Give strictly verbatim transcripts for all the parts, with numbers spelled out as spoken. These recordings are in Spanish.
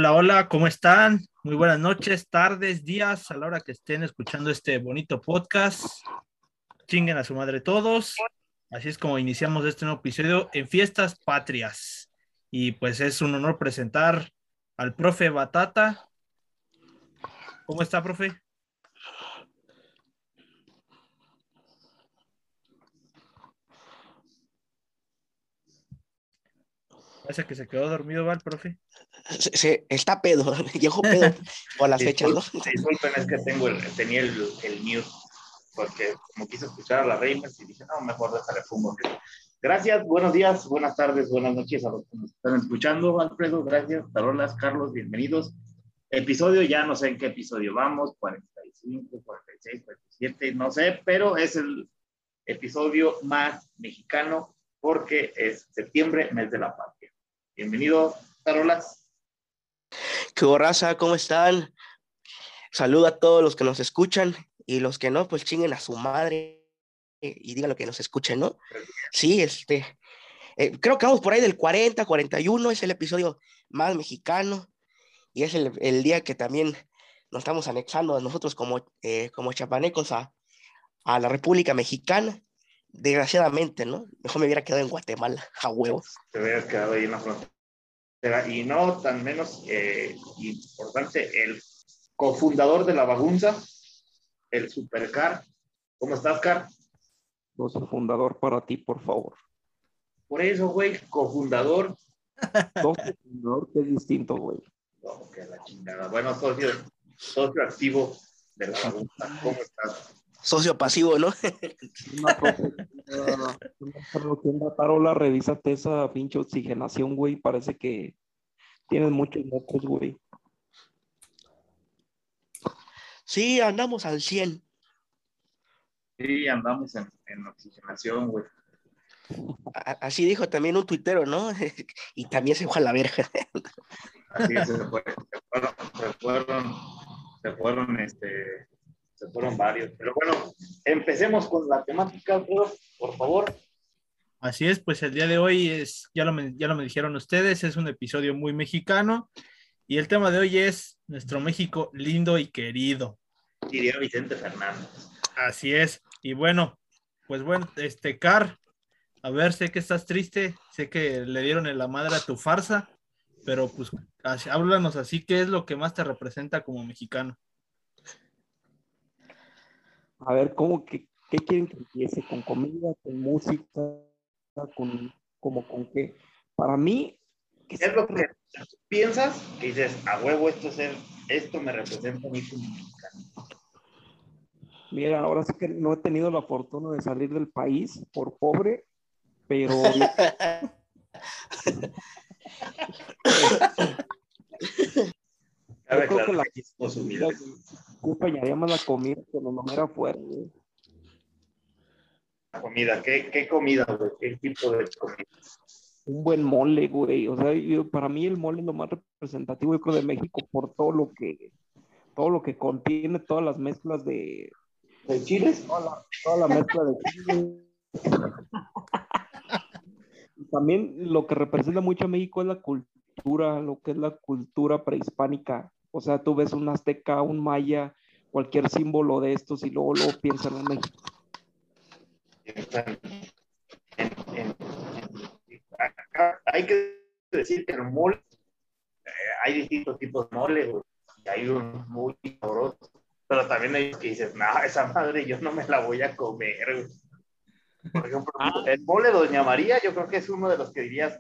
Hola, hola, ¿cómo están? Muy buenas noches, tardes, días, a la hora que estén escuchando este bonito podcast. Chinguen a su madre todos. Así es como iniciamos este nuevo episodio en Fiestas Patrias. Y pues es un honor presentar al profe Batata. ¿Cómo está, profe? Parece que se quedó dormido, ¿va, el profe? Se, se- está pedo, llegó pedo por las fechas, ¿no? Disculpen, disculpen, es que tengo el, tenía el, el mute, porque como quise escuchar a la Reimers y dije, no, mejor déjale fumo. Gracias, buenos días, buenas tardes, buenas noches a los que nos están escuchando. Alfredo, gracias. Tarolas, Carlos, bienvenidos. Episodio, ya no sé en qué episodio vamos, cuarenta y cinco, cuarenta y seis, cuarenta y siete, no sé, pero es el episodio más mexicano porque es septiembre, mes de la patria. Bienvenido, Tarolas. ¿Qué raza? ¿Cómo están? Saludo a todos los que nos escuchan y los que no, pues chinguen a su madre y digan lo que nos escuchen, ¿no? Sí, este, eh, creo que vamos por ahí del cuarenta, cuarenta y uno, es el episodio más mexicano y es el, el día que también nos estamos anexando nosotros como, eh, como chapanecos a, a la República Mexicana. Desgraciadamente, ¿no? Mejor me hubiera quedado en Guatemala, a huevo. Te hubieras quedado ahí en la frontera. Y no tan menos eh, importante, el cofundador de la Bagunza, el Supercar. ¿Cómo estás, Car? Socio fundador para ti, por favor. Por eso, güey, cofundador. Socio fundador, que es distinto, güey. No, que la chingada. Bueno, socio, socio activo de la Bagunza. ¿Cómo estás? Socio pasivo, ¿no? Una profe, ¿quién da tarola? Revísate esa pinche oxigenación, güey. Parece que tienes muchos mocos, güey. Sí, andamos al cien. Sí, andamos en, en oxigenación, güey. A- Así dijo también un tuitero, ¿no? Y también se fue a la verga. Así es, se, fue, se fueron, se fueron, se fueron, este, se fueron varios. Pero bueno, empecemos con la temática, Alfredo, por favor. Así es, pues el día de hoy es, ya lo, me, ya lo me dijeron ustedes, es un episodio muy mexicano y el tema de hoy es nuestro México lindo y querido. Diría Vicente Fernández. Así es. Y bueno, pues bueno, este Car, a ver, sé que estás triste, sé que le dieron en la madre a tu farsa, pero pues así- háblanos así, ¿qué es lo que más te representa como mexicano? A ver, ¿cómo que, qué quieren que empiece? ¿Con comida, con música, con, como con qué? Para mí, que ¿Qué es lo que piensas? Que dices, a huevo, esto, es el, esto me representa a mí como mexicano. mira, ahora sí que no he tenido la fortuna de salir del país por pobre, pero Cabe yo creo que aclarar la que aquí somos comida, humildes. güey, yo acompañaría más la comida que no me era afuera, güey. La comida, ¿qué, qué comida, güey? ¿Qué tipo de comida? Un buen mole, güey. O sea, yo- para mí el mole es lo más representativo, yo creo, de México por todo lo que, todo lo que contiene, todas las mezclas de, ¿De chiles? toda la, toda la mezcla de chile. Y también lo que representa mucho a México es la cultura, lo que es la cultura prehispánica. O sea, tú ves un azteca, un maya, cualquier símbolo de estos y luego, luego piensan en México. En, en, en, acá hay que decir que el mole, eh, hay distintos tipos de mole, güey. Y hay unos muy sabrosos. Pero también hay que dices, no, esa madre yo no me la voy a comer, güey. Por ejemplo, el mole Doña María, yo creo que es uno de los que dirías,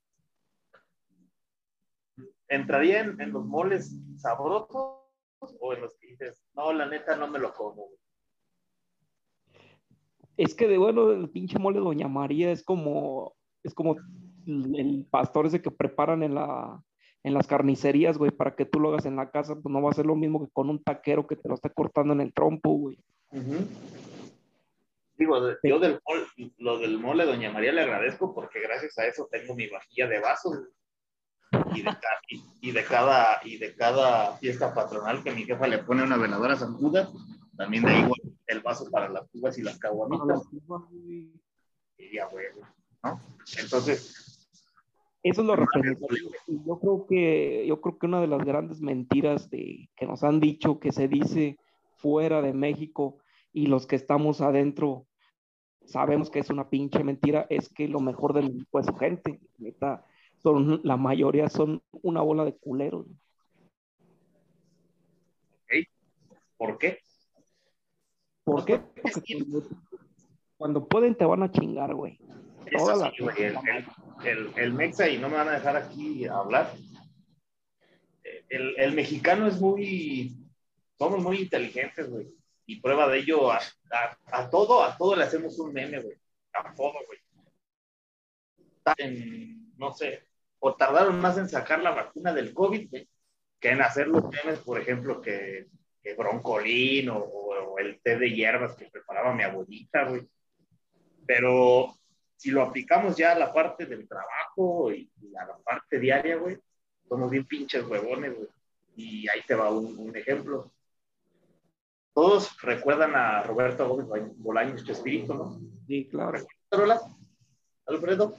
¿entraría en, en los moles sabrosos o en los que dices, no, la neta no me lo como? Es que de bueno, el pinche mole Doña María es como, es como el el pastor ese que preparan en la, en las carnicerías, güey, para que tú lo hagas en la casa, pues no va a ser lo mismo que con un taquero que te lo está cortando en el trompo, güey. Uh-huh. Digo, yo del mole, lo del mole Doña María le agradezco porque gracias a eso tengo mi vajilla de vasos y de, y, y de cada y de cada fiesta patronal que mi jefa le pone una veladora a San Judas, también de ahí el vaso para las uvas y las caguamitas. Y ya, güey, ¿no? Entonces, Eso es lo representativo. Y yo creo que, yo creo que una de las grandes mentiras de, que nos han dicho, que se dice fuera de México y los que estamos adentro sabemos que es una pinche mentira, es que lo mejor de México es su gente. Neta, son, la mayoría son una bola de culeros. ¿Okay? ¿Por qué? ¿Por qué? Porque cuando, cuando pueden te van a chingar, güey. Eso sí, güey, el, el, el, el mexa, y no me van a dejar aquí hablar, el, el mexicano es muy, somos muy inteligentes, güey, y prueba de ello, a, a, a todo, a todo le hacemos un meme, güey, a todo, güey. En, no sé, o tardaron más en sacar la vacuna del COVID, güey, que en hacer los memes, por ejemplo, que, que broncolín o, o, o el té de hierbas que preparaba mi abuelita, güey. Pero si lo aplicamos ya a la parte del trabajo y, y a la parte diaria, güey, somos bien pinches huevones, güey. Y ahí te va un, un ejemplo. Todos recuerdan a Roberto Gómez Bolaños Chespirito, ¿no? Sí, claro. ¿Recuerdas, Alfredo?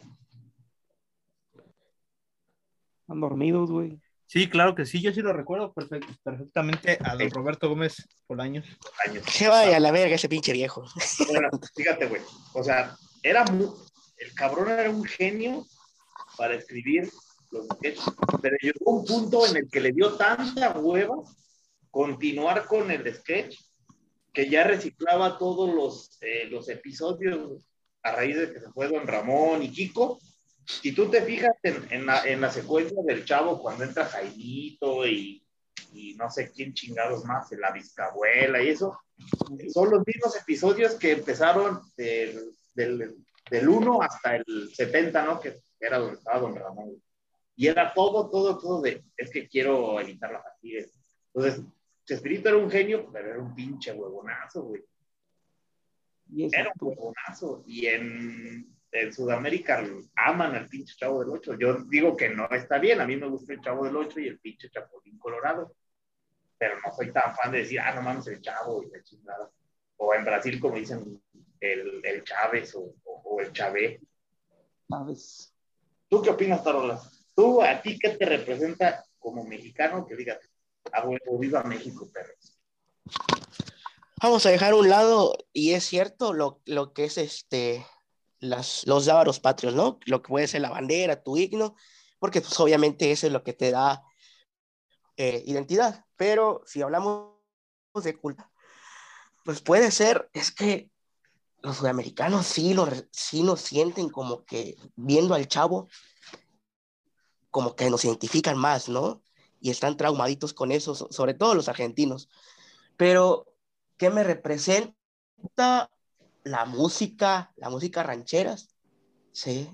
Están dormidos, güey. Sí, claro que sí, yo sí lo recuerdo perfect, perfectamente a don Roberto Gómez Bolaños. Que vaya a la verga ese pinche viejo. Bueno, fíjate, güey. O sea, era muy, el cabrón era un genio para escribir los sketches, pero llegó un punto en el que le dio tanta hueva continuar con el sketch que ya reciclaba todos los, eh, los episodios a raíz de que se fue Don Ramón y Kiko. Si tú te fijas en, en, la, en la secuencia del Chavo cuando entra Jaimito y, y no sé quién chingados más, la Vizcabuela y eso, son los mismos episodios que empezaron del, del, del uno hasta el setenta, ¿no? Que era donde estaba Don Ramón. Y era todo, todo, todo de, es que quiero evitar la fatiga. Entonces, Chespirito era un genio, pero era un pinche huevonazo, güey. Era un huevonazo. Y en, en Sudamérica aman al pinche Chavo del Ocho. Yo digo que no está bien. A mí me gusta el Chavo del Ocho y el pinche Chapulín Colorado. Pero no soy tan fan de decir, ah, no mames, el Chavo y la chingada. O en Brasil, como dicen, el, el Chávez o, o, o el Chavé. ¿Sabes? ¿Tú qué opinas, Tarola? ¿Tú, a ti, qué te representa como mexicano que digas, ah, huevo, viva México, perros? Vamos a dejar a un lado, y es cierto, lo, lo que es este, las, los lábaros patrios, ¿no? Lo que puede ser la bandera, tu himno, porque pues obviamente eso es lo que te da eh, identidad. Pero si hablamos de cultura, pues puede ser, es que los sudamericanos sí, lo, sí nos sienten como que viendo al Chavo, como que nos identifican más, ¿no? Y están traumaditos con eso, sobre todo los argentinos. Pero, ¿qué me representa? La música, la música rancheras, ¿sí?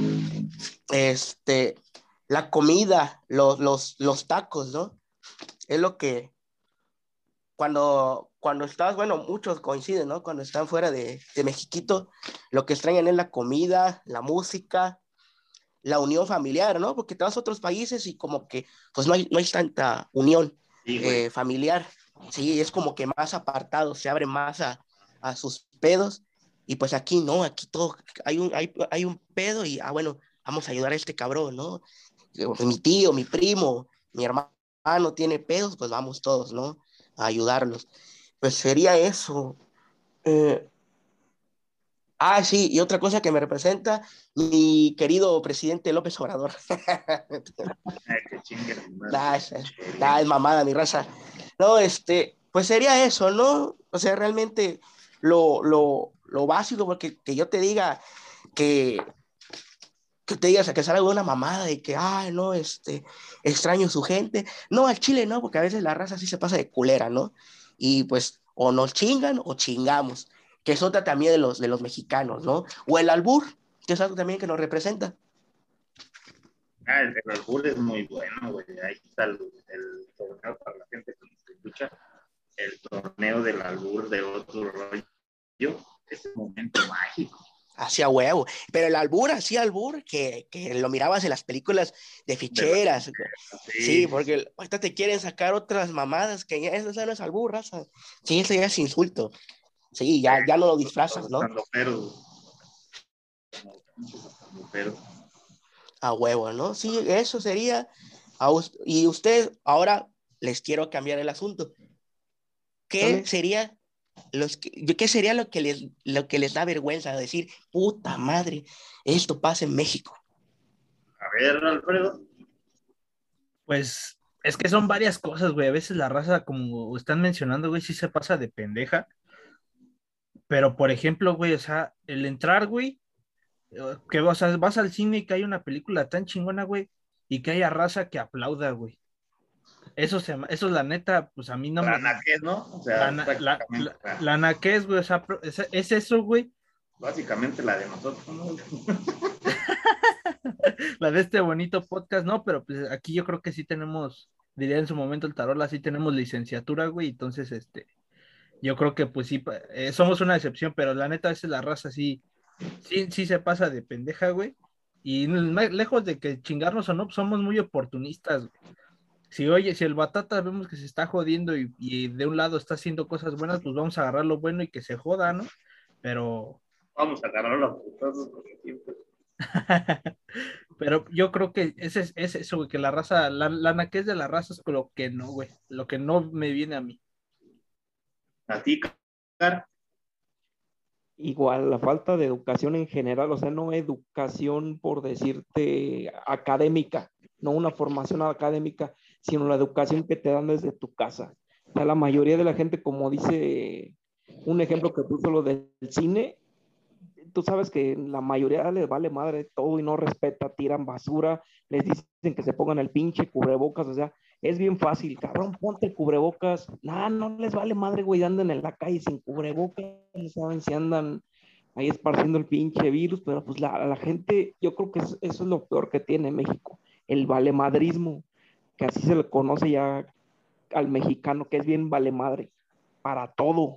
Este, la comida, los, los, los tacos, ¿no? Es lo que, cuando, cuando estás, bueno, muchos coinciden, ¿no? Cuando están fuera de, de Mexiquito, lo que extrañan es la comida, la música, la unión familiar, ¿no? Porque te vas a otros países y como que, pues no hay, no hay tanta unión sí, eh, familiar, sí, es como que más apartado, se abre más a, a sus pedos, y pues aquí no, aquí todo, hay un, hay, hay un pedo y, ah, bueno, vamos a ayudar a este cabrón, ¿no? Mi tío, mi primo, mi hermano tiene pedos, pues vamos todos, ¿no? A ayudarlos. Pues sería eso. Eh, Ah, sí, y otra cosa que me representa, mi querido presidente López Obrador. Ay, qué chingue, Nah, es, nah, es mamada mi raza. No, este, pues sería eso, ¿no? O sea, realmente lo, lo, lo básico, porque que yo te diga que, que te digas que salga una mamada y que, ay, no, este, extraño su gente. No, al Chile no, porque a veces la raza sí se pasa de culera, ¿no? Y pues, o nos chingan o chingamos, que es otra también de los, de los mexicanos, ¿no? O el albur, que es algo también que nos representa. Ah, el, el albur es muy bueno, güey. Ahí está el, el torneo para la gente que nos escucha. El torneo del albur de otro rollo. Es un momento mágico. Hacía huevo, pero el albur, hacía albur, que, que lo mirabas en las películas de ficheras. De la... sí. sí, porque ahorita te quieren sacar otras mamadas, que ya eso, eso no es albur, raza. Sí, eso ya es insulto. Sí, ya, ya no lo disfrazas, ¿no? Pero, pero. A huevo, ¿no? Sí, eso sería. A us- y ustedes, ahora les quiero cambiar el asunto. ¿Qué Dale. sería, los que, ¿qué sería lo que les, lo que les da vergüenza decir, puta madre, esto pasa en México? A ver, Alfredo. Pues es que son varias cosas, güey. A veces la raza, como están mencionando, güey, sí se pasa de pendeja. Pero, por ejemplo, güey, o sea, el entrar, güey, eh, que o sea, vas al cine y que hay una película tan chingona, güey, y que haya raza que aplauda, güey. Eso, se, eso es la neta, pues a mí no La me... naquez, ¿no? O La, sea, na- la, prácticamente, la, la- la naquez, güey, o sea, pro- es, es eso, güey. básicamente la de nosotros, ¿no? La de este bonito podcast, no, pero pues aquí yo creo que sí tenemos, diría en su momento el Tarola, sí tenemos licenciatura, güey, entonces, este, yo creo que pues sí, pa- eh, somos una excepción, pero la neta, esa es la raza, sí, sí, sí se pasa de pendeja, güey, y n- lejos de que chingarnos o no, pues somos muy oportunistas, güey. Si oye, si el Batata vemos que se está jodiendo y, y de un lado está haciendo cosas buenas, pues vamos a agarrar lo bueno y que se joda, ¿no? Pero Vamos a agarrar los putazos porque siempre. Pero yo creo que ese es, es eso, güey, que la raza, la, la naquez de la raza es lo que no, güey, lo que no me viene a mí. A ti, Car, Igual, la falta de educación en general, o sea, no educación por decirte académica, no una formación académica, sino la educación que te dan desde tu casa. O sea, la mayoría de la gente, como dice un ejemplo que puso lo del cine, tú sabes que la mayoría les vale madre todo y no respeta, tiran basura, les dicen que se pongan el pinche cubrebocas, o sea, es bien fácil, cabrón, ponte el cubrebocas, nah, no les vale madre, güey, andan en la calle sin cubrebocas, no saben si andan ahí esparciendo el pinche virus, pero pues la, la gente, yo creo que es, eso es lo peor que tiene México, el valemadrismo, que así se le conoce ya al mexicano, que es bien vale madre, para todo.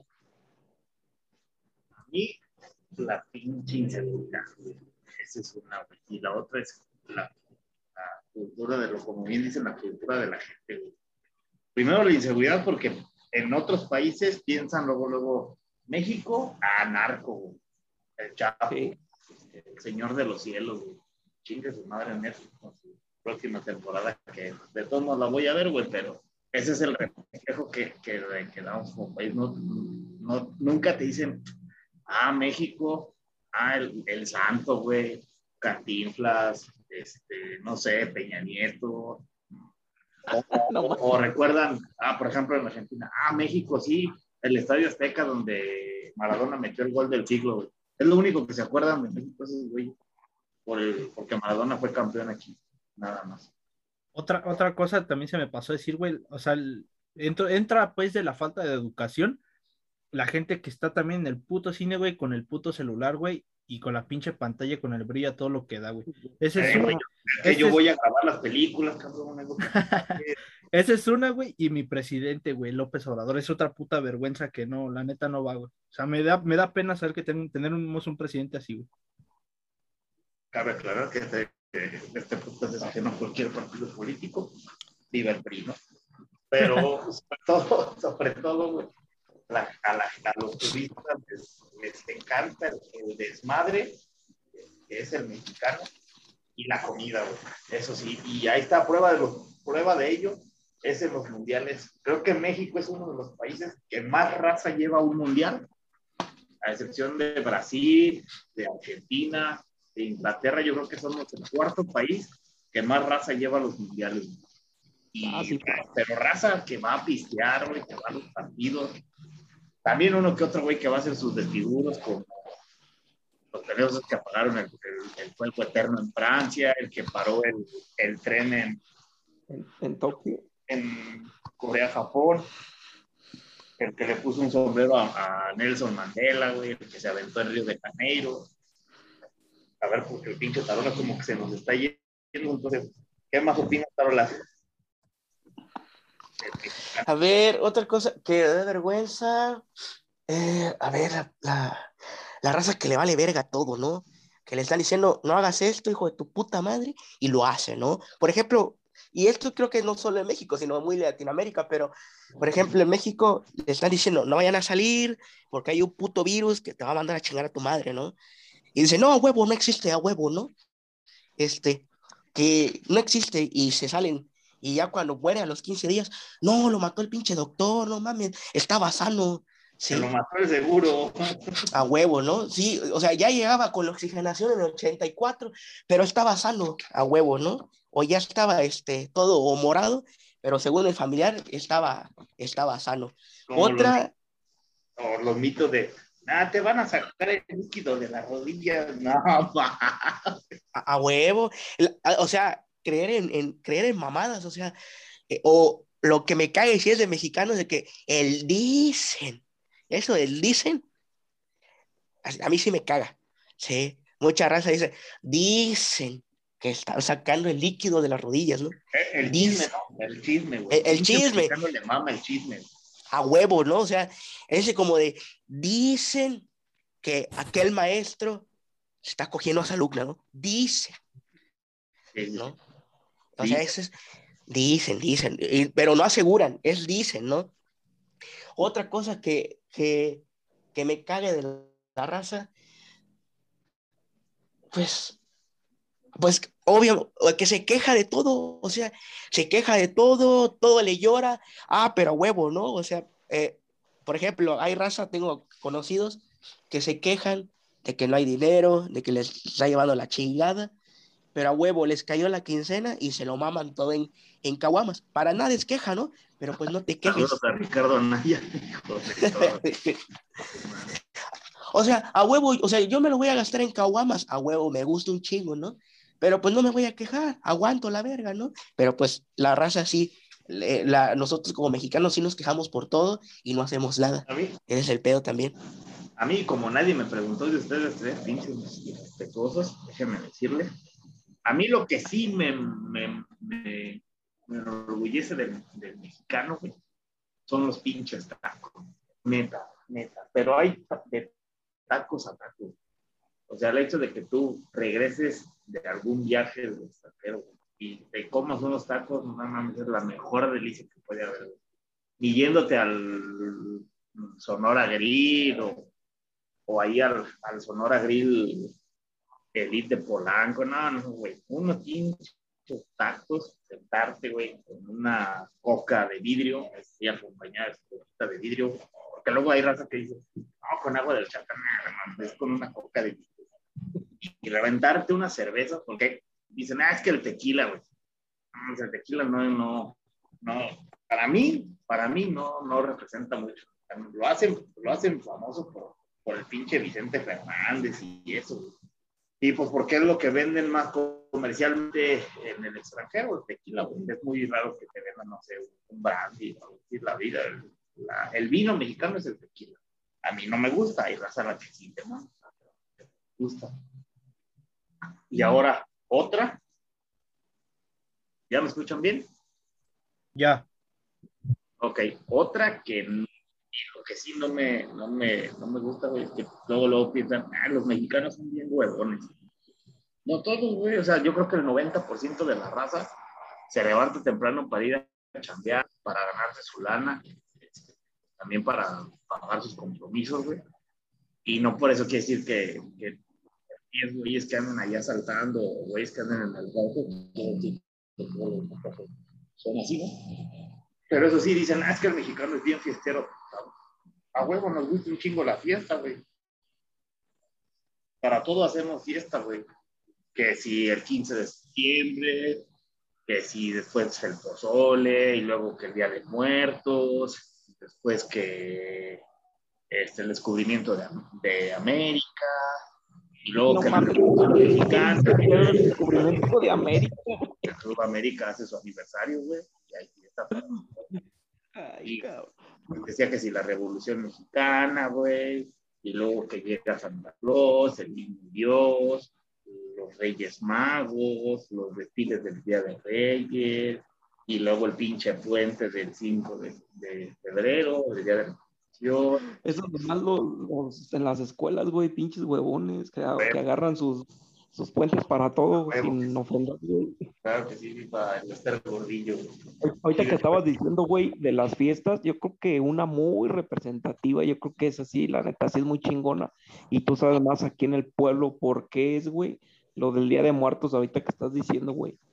a mí, la pinche inseguridad, güey. Esa es una, güey. Y la otra es la, la cultura de lo, como bien dicen, la cultura de la gente, güey. Primero la inseguridad porque en otros países piensan luego, luego, México, ah, narco, güey. El Chapo, Sí. el Señor de los Cielos, güey. Chingue su madre en Netflix con su próxima temporada, que de todos modos la voy a ver, güey, pero ese es el reflejo que, que, que damos como país. No, no, nunca te dicen, ah, México, ah, el, el Santo, güey, Cantinflas, este, no sé, Peña Nieto, o, No, o, o recuerdan, ah, por ejemplo, en Argentina, ah, México, sí, el Estadio Azteca donde Maradona metió el gol del siglo, güey. Es lo único que se acuerdan de México, esos güey, por el, porque Maradona fue campeón aquí, nada más. Otra, otra cosa también se me pasó decir, güey, o sea, el- entro- entra pues de la falta de educación, la gente que está también en el puto cine, güey, con el puto celular, güey, y con la pinche pantalla, con el brillo, a todo lo que da, güey. Ese es Eh, güey, una, es que ese yo es, voy a grabar las películas, cabrón, algo que... esa es una, güey, y mi presidente, güey, López Obrador, es otra puta vergüenza que no, la neta no va, güey. O sea, me da, me da pena saber que ten- tenemos un presidente así, güey. Cabe aclarar que este, que este podcast es ajeno a cualquier partido político, viva el P R I, ¿no? Pero sobre todo, sobre todo, güey, la, a, la, a los turistas les, les encanta el, el desmadre, que es el mexicano, y la comida, güey. Eso sí, y ahí está prueba de, los, prueba de ello, es en los mundiales. Creo que México es uno de los países que más raza lleva a un mundial, a excepción de Brasil, de Argentina, de Inglaterra. Yo creo que somos el cuarto país que más raza lleva a los mundiales. Y, Ah, sí, claro. pero raza que va a pistear, güey, que va a los partidos. También uno que otro güey que va a hacer sus desfiguros, como los peleos que apagaron el, el, el fuego eterno en Francia, el que paró el, el tren en, En, en Tokio. en Corea, Japón, el que le puso un sombrero a, a Nelson Mandela, güey, el que se aventó en Río de Janeiro. A ver, porque el pinche Tarola como que se nos está yendo. Entonces, ¿qué más opinas, Tarola? A ver, otra cosa que da vergüenza, eh, a ver, la, la, la raza que le vale verga todo, ¿no? Que le están diciendo, no hagas esto, hijo de tu puta madre, y lo hace, ¿no? Por ejemplo, y esto creo que no solo en México, sino muy en Latinoamérica, pero, por ejemplo, en México le están diciendo, no vayan a salir porque hay un puto virus que te va a mandar a chingar a tu madre, ¿no? Y dice, no, a huevo, no existe, a huevo, ¿no? Este, que no existe y se salen. Y ya cuando muere a los quince días, no, lo mató el pinche doctor, no mames, estaba sano. Sí. Se lo mató el seguro. A huevo, ¿no? Sí, o sea, ya llegaba con la oxigenación en el ochenta y cuatro, pero estaba sano, a huevo, ¿no? O ya estaba este, todo morado, pero según el familiar estaba, estaba sano. Como Otra... Los, o los mitos de, ah, te van a sacar el líquido de las rodillas. No, pa. A, a huevo. A, o sea, creer en, en, creer en mamadas, o sea, eh, o lo que me cae si es de mexicano es de que el dicen, eso del dicen, a, a mí sí me caga, sí, mucha raza dice, dicen que están sacando el líquido de las rodillas, ¿no? El chisme, ¿no? El chisme, güey. El, el chisme. Le mama el chisme. A huevo, ¿no? O sea, ese como de, dicen que aquel maestro se está cogiendo a su alumna, ¿no? Dicen, ¿no? O sea, ese es, dicen, dicen, y, pero no aseguran, es dicen, ¿no? Otra cosa que, que, que me cague de la raza, pues, pues, obvio, que se queja de todo, o sea, se queja de todo, todo le llora, ah, pero a huevo, ¿no? O sea, eh, por ejemplo, hay raza, tengo conocidos que se quejan de que no hay dinero, de que les está llevando la chingada, pero a huevo les cayó la quincena y se lo maman todo en, en caguamas. Para nada es queja, ¿no? Pero pues no te quejes. Saludos a Ricardo Anaya, hijo de todo. O sea, a huevo, o sea, yo me lo voy a gastar en caguamas, a huevo, me gusta un chingo, ¿no? Pero pues no me voy a quejar, aguanto la verga, ¿no? Pero pues la raza sí, la, nosotros como mexicanos sí nos quejamos por todo y no hacemos nada. ¿A mí? Ese es el pedo también. A mí, como nadie me preguntó de ustedes tres pinches respetuosos, déjenme decirle, a mí lo que sí me, me, me, me enorgullece del, del mexicano, güey, son los pinches tacos. Neta, neta. Pero hay de tacos a tacos. O sea, el hecho de que tú regreses de algún viaje de extranjero y te comas unos tacos, no mames, es la mejor delicia que puede haber. Y yéndote al Sonora Grill o, o ahí al, al Sonora Grill Elite de Polanco, no, no, güey, unos pinches tacos, sentarte, güey, con una coca de vidrio, así acompañada de coca de vidrio, porque luego hay raza que dice, no, con agua del chacán, es con una coca de vidrio. Y reventarte una cerveza, porque dicen, ah, es que el tequila, güey. No, el tequila no, no, no, para mí, para mí no, no representa mucho. Lo hacen, lo hacen famoso por, por el pinche Vicente Fernández y eso, güey. Y pues porque es lo que venden más comercialmente en el extranjero, el tequila, güey. Es muy raro que te vendan, no sé, un brandy, o decir la vida. El, la, el vino mexicano es el tequila. A mí no me gusta, hay raza la que sí, ¿no? Me gusta. Y ahora, otra. ¿Ya me escuchan bien? Ya. Ok, otra que, lo que sí no me, no me, no me gusta, güey, es que luego, luego piensan, ah, los mexicanos son bien huevones. No todos, güey, o sea, yo creo que el noventa por ciento de la raza se levanta temprano para ir a chambear, para ganarse su lana, este, también para pagar sus compromisos, güey. Y no por eso quiere decir que, que diez güeyes que andan allá saltando o güeyes que andan en el campo, son así, ¿no? Pero eso sí, dicen, ah, es que el mexicano es bien fiestero. A huevo nos gusta un chingo la fiesta, güey. Para todo hacemos fiesta, güey. Que si el quince de septiembre, que si después el pozole, y luego que el Día de Muertos, después que este, el descubrimiento de, de América, y luego No que mames, la Revolución Mexicana, el descubrimiento de América. el Club América hace su aniversario, güey, y ahí está. Ay, cabrón. Decía que si la Revolución Mexicana, güey, y luego que llega Santa Claus, el Niño Dios, los Reyes Magos, los desfiles del Día de Reyes, y luego el pinche puente del cinco de, de febrero, el Día de la Revolución. Eso nomás los, los, en las escuelas, güey, pinches huevones que, que agarran sus, sus puentes para todo sin ofender, güey. Claro que sí, para estar gordillo. Ahorita que estabas diciendo, güey, de las fiestas, yo creo que una muy representativa, yo creo que es así, la neta, sí es muy chingona. Y tú sabes más aquí en el pueblo por qué es, güey, lo del Día de Muertos, ahorita que estás diciendo, güey.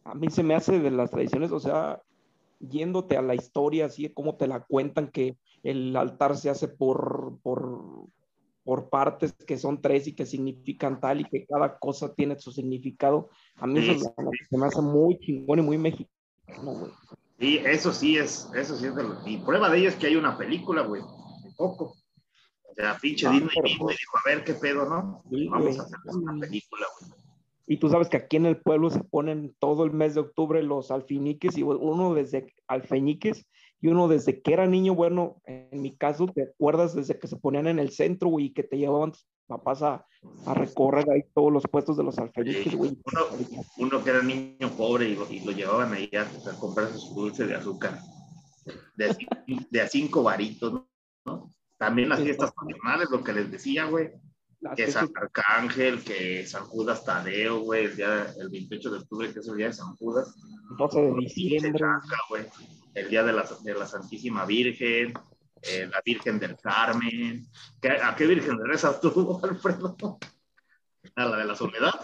A mí se me hace de las tradiciones, o sea, yéndote a la historia, así como te la cuentan, que el altar se hace por, por, por partes, que son tres y que significan tal, y que cada cosa tiene su significado. A mí eso Sí, se me hace muy chingón y muy mexicano, güey. sí, eso sí es, eso sí es de lo, y prueba de ello es que hay una película, güey, de poco. O sea, pinche Ah, Disney pero vino y pues, dijo, a ver qué pedo, ¿no? sí, Vamos a güey. hacer una película, güey. Y tú sabes que aquí en el pueblo se ponen todo el mes de octubre los alfiniques, y uno desde alfeñiques y uno desde que era niño. Bueno, en mi caso, ¿te acuerdas desde que se ponían en el centro, güey, y que te llevaban tus papás a, a recorrer ahí todos los puestos de los alfeñiques, Sí, güey? uno, uno que era niño pobre y lo, y lo llevaban ahí a, a comprar sus dulces de azúcar de a, cin- de a cinco varitos, ¿no? También las fiestas patronales, lo que les decía, güey, Las que San fiestas, Arcángel, que San Judas Tadeo, güey, el día, el veintiocho de octubre, que es el día de San Judas, doce de pinche diciembre. chaca, güey, el día de la, de la Santísima Virgen, eh, la Virgen del Carmen. ¿Qué, ¿A qué Virgen le rezas tú, Alfredo? ¿A la de la Soledad?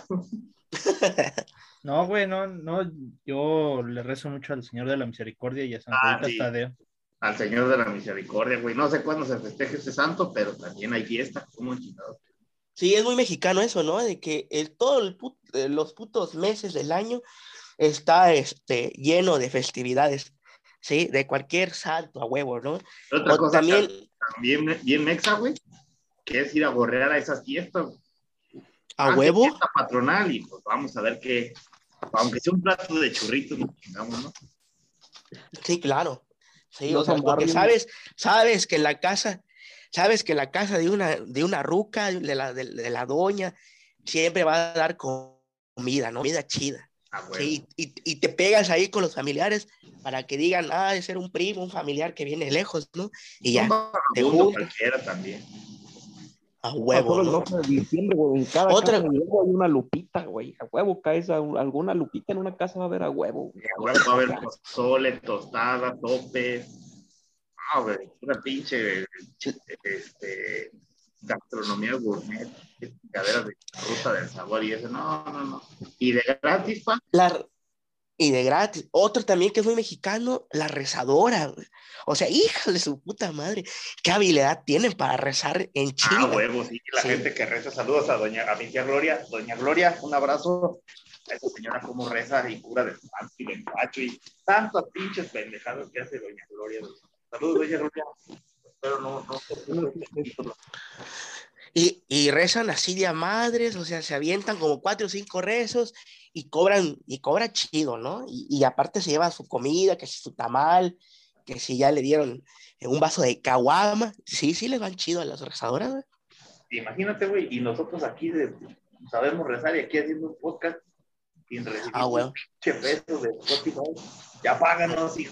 No, güey, no, no, yo le rezo mucho al Señor de la Misericordia y a San Ah, Juditas sí, Tadeo. al Señor de la Misericordia, güey. No sé cuándo se festeja este santo, pero también hay fiesta, como chingados. Sí, es muy mexicano eso, ¿no? De que el, todo el put- eh, los putos meses del año está este, lleno de festividades, ¿sí? De cualquier santo a huevo, ¿no? Otra O cosa también que también bien mexa, güey, que es ir a gorrear a esas fiestas. a Ah, que huevo, fiesta patronal y pues vamos a ver qué, aunque sea un plato de churritos, nos chingamos, ¿no? sí, claro. Sí, o Ibas a sea, porque barrio, sabes, sabes que en la casa, sabes que en la casa de una, de una ruca, de la, de, de la doña, siempre va a dar comida, ¿no? Comida chida. Ah, bueno. Sí, y, y te pegas ahí con los familiares para que digan, ah, de ser un primo, un familiar que viene lejos, ¿no? Y Un ya, te vagabundo juntas cualquiera también. a a huevo, solo el ¿no? doce de diciembre, güey, en cada casa Otra, de huevo hay una lupita, güey. A huevo caes a alguna lupita en una casa, va a haber a huevo, güey. A huevo. Va a haber pozole, tostada, tope. Ah, güey, una pinche este, gastronomía gourmet, caderas de ruta del sabor y eso. No, no, no. Y de gratis, pa. la, y de gratis. Otro también que es muy mexicano, la rezadora, güey. O sea, hijas de su puta madre, qué habilidad tienen para rezar en Ah, chinga. huevo, sí, la Sí. gente que reza, saludos a doña, a mi tía Gloria, doña Gloria, un abrazo a esa señora como reza y cura del panzo y del pacho y tantas pinches pendejadas que hace doña Gloria. Saludos, doña Gloria, pero no, no, no, no. Y, y rezan así de a madres, o sea, se avientan como cuatro o cinco rezos y cobran, y cobra chido, ¿no? Y, y aparte se lleva su comida, que si su tamal, que si ya le dieron un vaso de caguama, sí, sí les van chido a las rezadoras, güey. Imagínate, güey, y nosotros aquí de, sabemos rezar y aquí haciendo un podcast sin recibir Ah, un güey. pinche peso de Spotify. Ya páganos, hijo.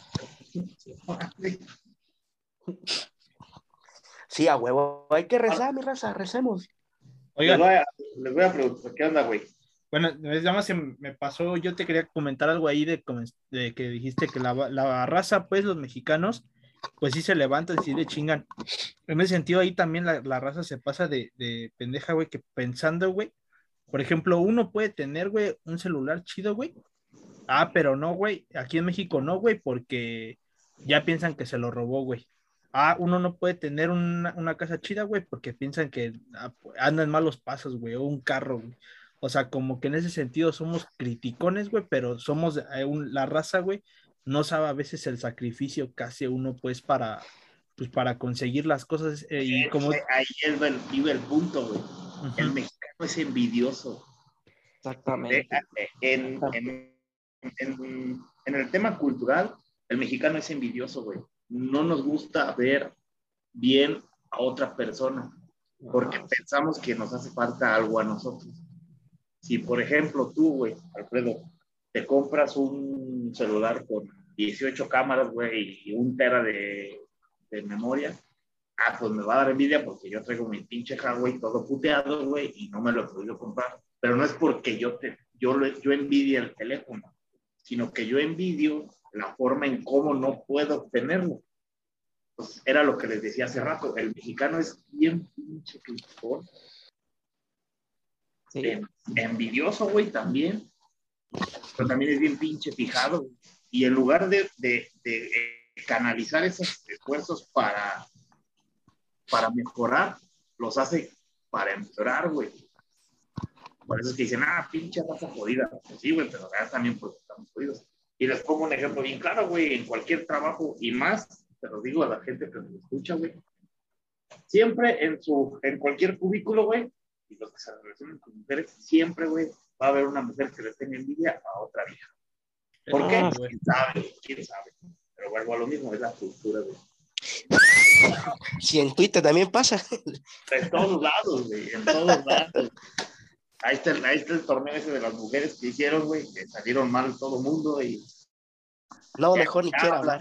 Sí, a huevo, hay que rezar, mi raza, recemos. Les Oigan, voy a, les voy a preguntar, ¿qué onda, güey? bueno, es nada más se me pasó, yo te quería comentar algo ahí de, comen- de que dijiste que la, la raza, pues los mexicanos, pues sí se levantan, sí le chingan. En ese sentido, ahí también la, la raza se pasa de, de pendeja, güey, que pensando, güey, por ejemplo, uno puede tener, güey, un celular chido, güey. Ah, pero no, güey, aquí en México no, güey, porque ya piensan que se lo robó, güey. Ah, uno no puede tener una, una casa chida, güey, porque piensan que ah, anda en malos pasos, güey, o un carro, güey. O sea, como que en ese sentido somos criticones, güey, pero somos eh, un- la raza, güey, no sabe a veces el sacrificio que hace uno, pues, para, pues, para conseguir las cosas. Eh, y como, Ahí es el, vive el punto, güey. El ujú, mexicano es envidioso. De- Exactamente. en, en, en, en el tema cultural, el mexicano es envidioso, güey. No nos gusta ver bien a otra persona porque Ajá, sí. pensamos que nos hace falta algo a nosotros. Si, por ejemplo, tú, güey, Alfredo, te compras un celular con dieciocho cámaras, güey, y un tera de, de memoria, ah, pues me va a dar envidia porque yo traigo mi pinche hardware todo puteado, güey, y no me lo he podido comprar. Pero no es porque yo, te, yo, yo envidie el teléfono, sino que yo envidio la forma en cómo no puedo obtenerlo. Pues era lo que les decía hace rato, el mexicano es bien pinche criticón, Sí. envidioso, güey, también. pero también es bien pinche fijado, güey. Y en lugar de, de, de canalizar esos esfuerzos para, para mejorar, los hace para empeorar, güey. Por eso es que dicen, ah, pinche raza jodida. Pues sí, güey, pero ya también pues estamos jodidos. Y les pongo un ejemplo bien claro, güey, en cualquier trabajo y más, te lo digo a la gente que nos escucha, güey. Siempre en su, en cualquier cubículo, güey, y los que se relacionan con mujeres, siempre, güey, va a haber una mujer que le tenga envidia a otra vieja. ¿Por Ah, qué? güey. ¿Quién sabe? ¿Quién sabe? Pero vuelvo a lo mismo, es la cultura, güey. Si en Twitter también pasa. En todos lados, güey, en todos lados. Ahí está, el, ahí está el torneo ese de las mujeres que hicieron, güey, que salieron mal todo el mundo y... No, mejor ni quiero hablar.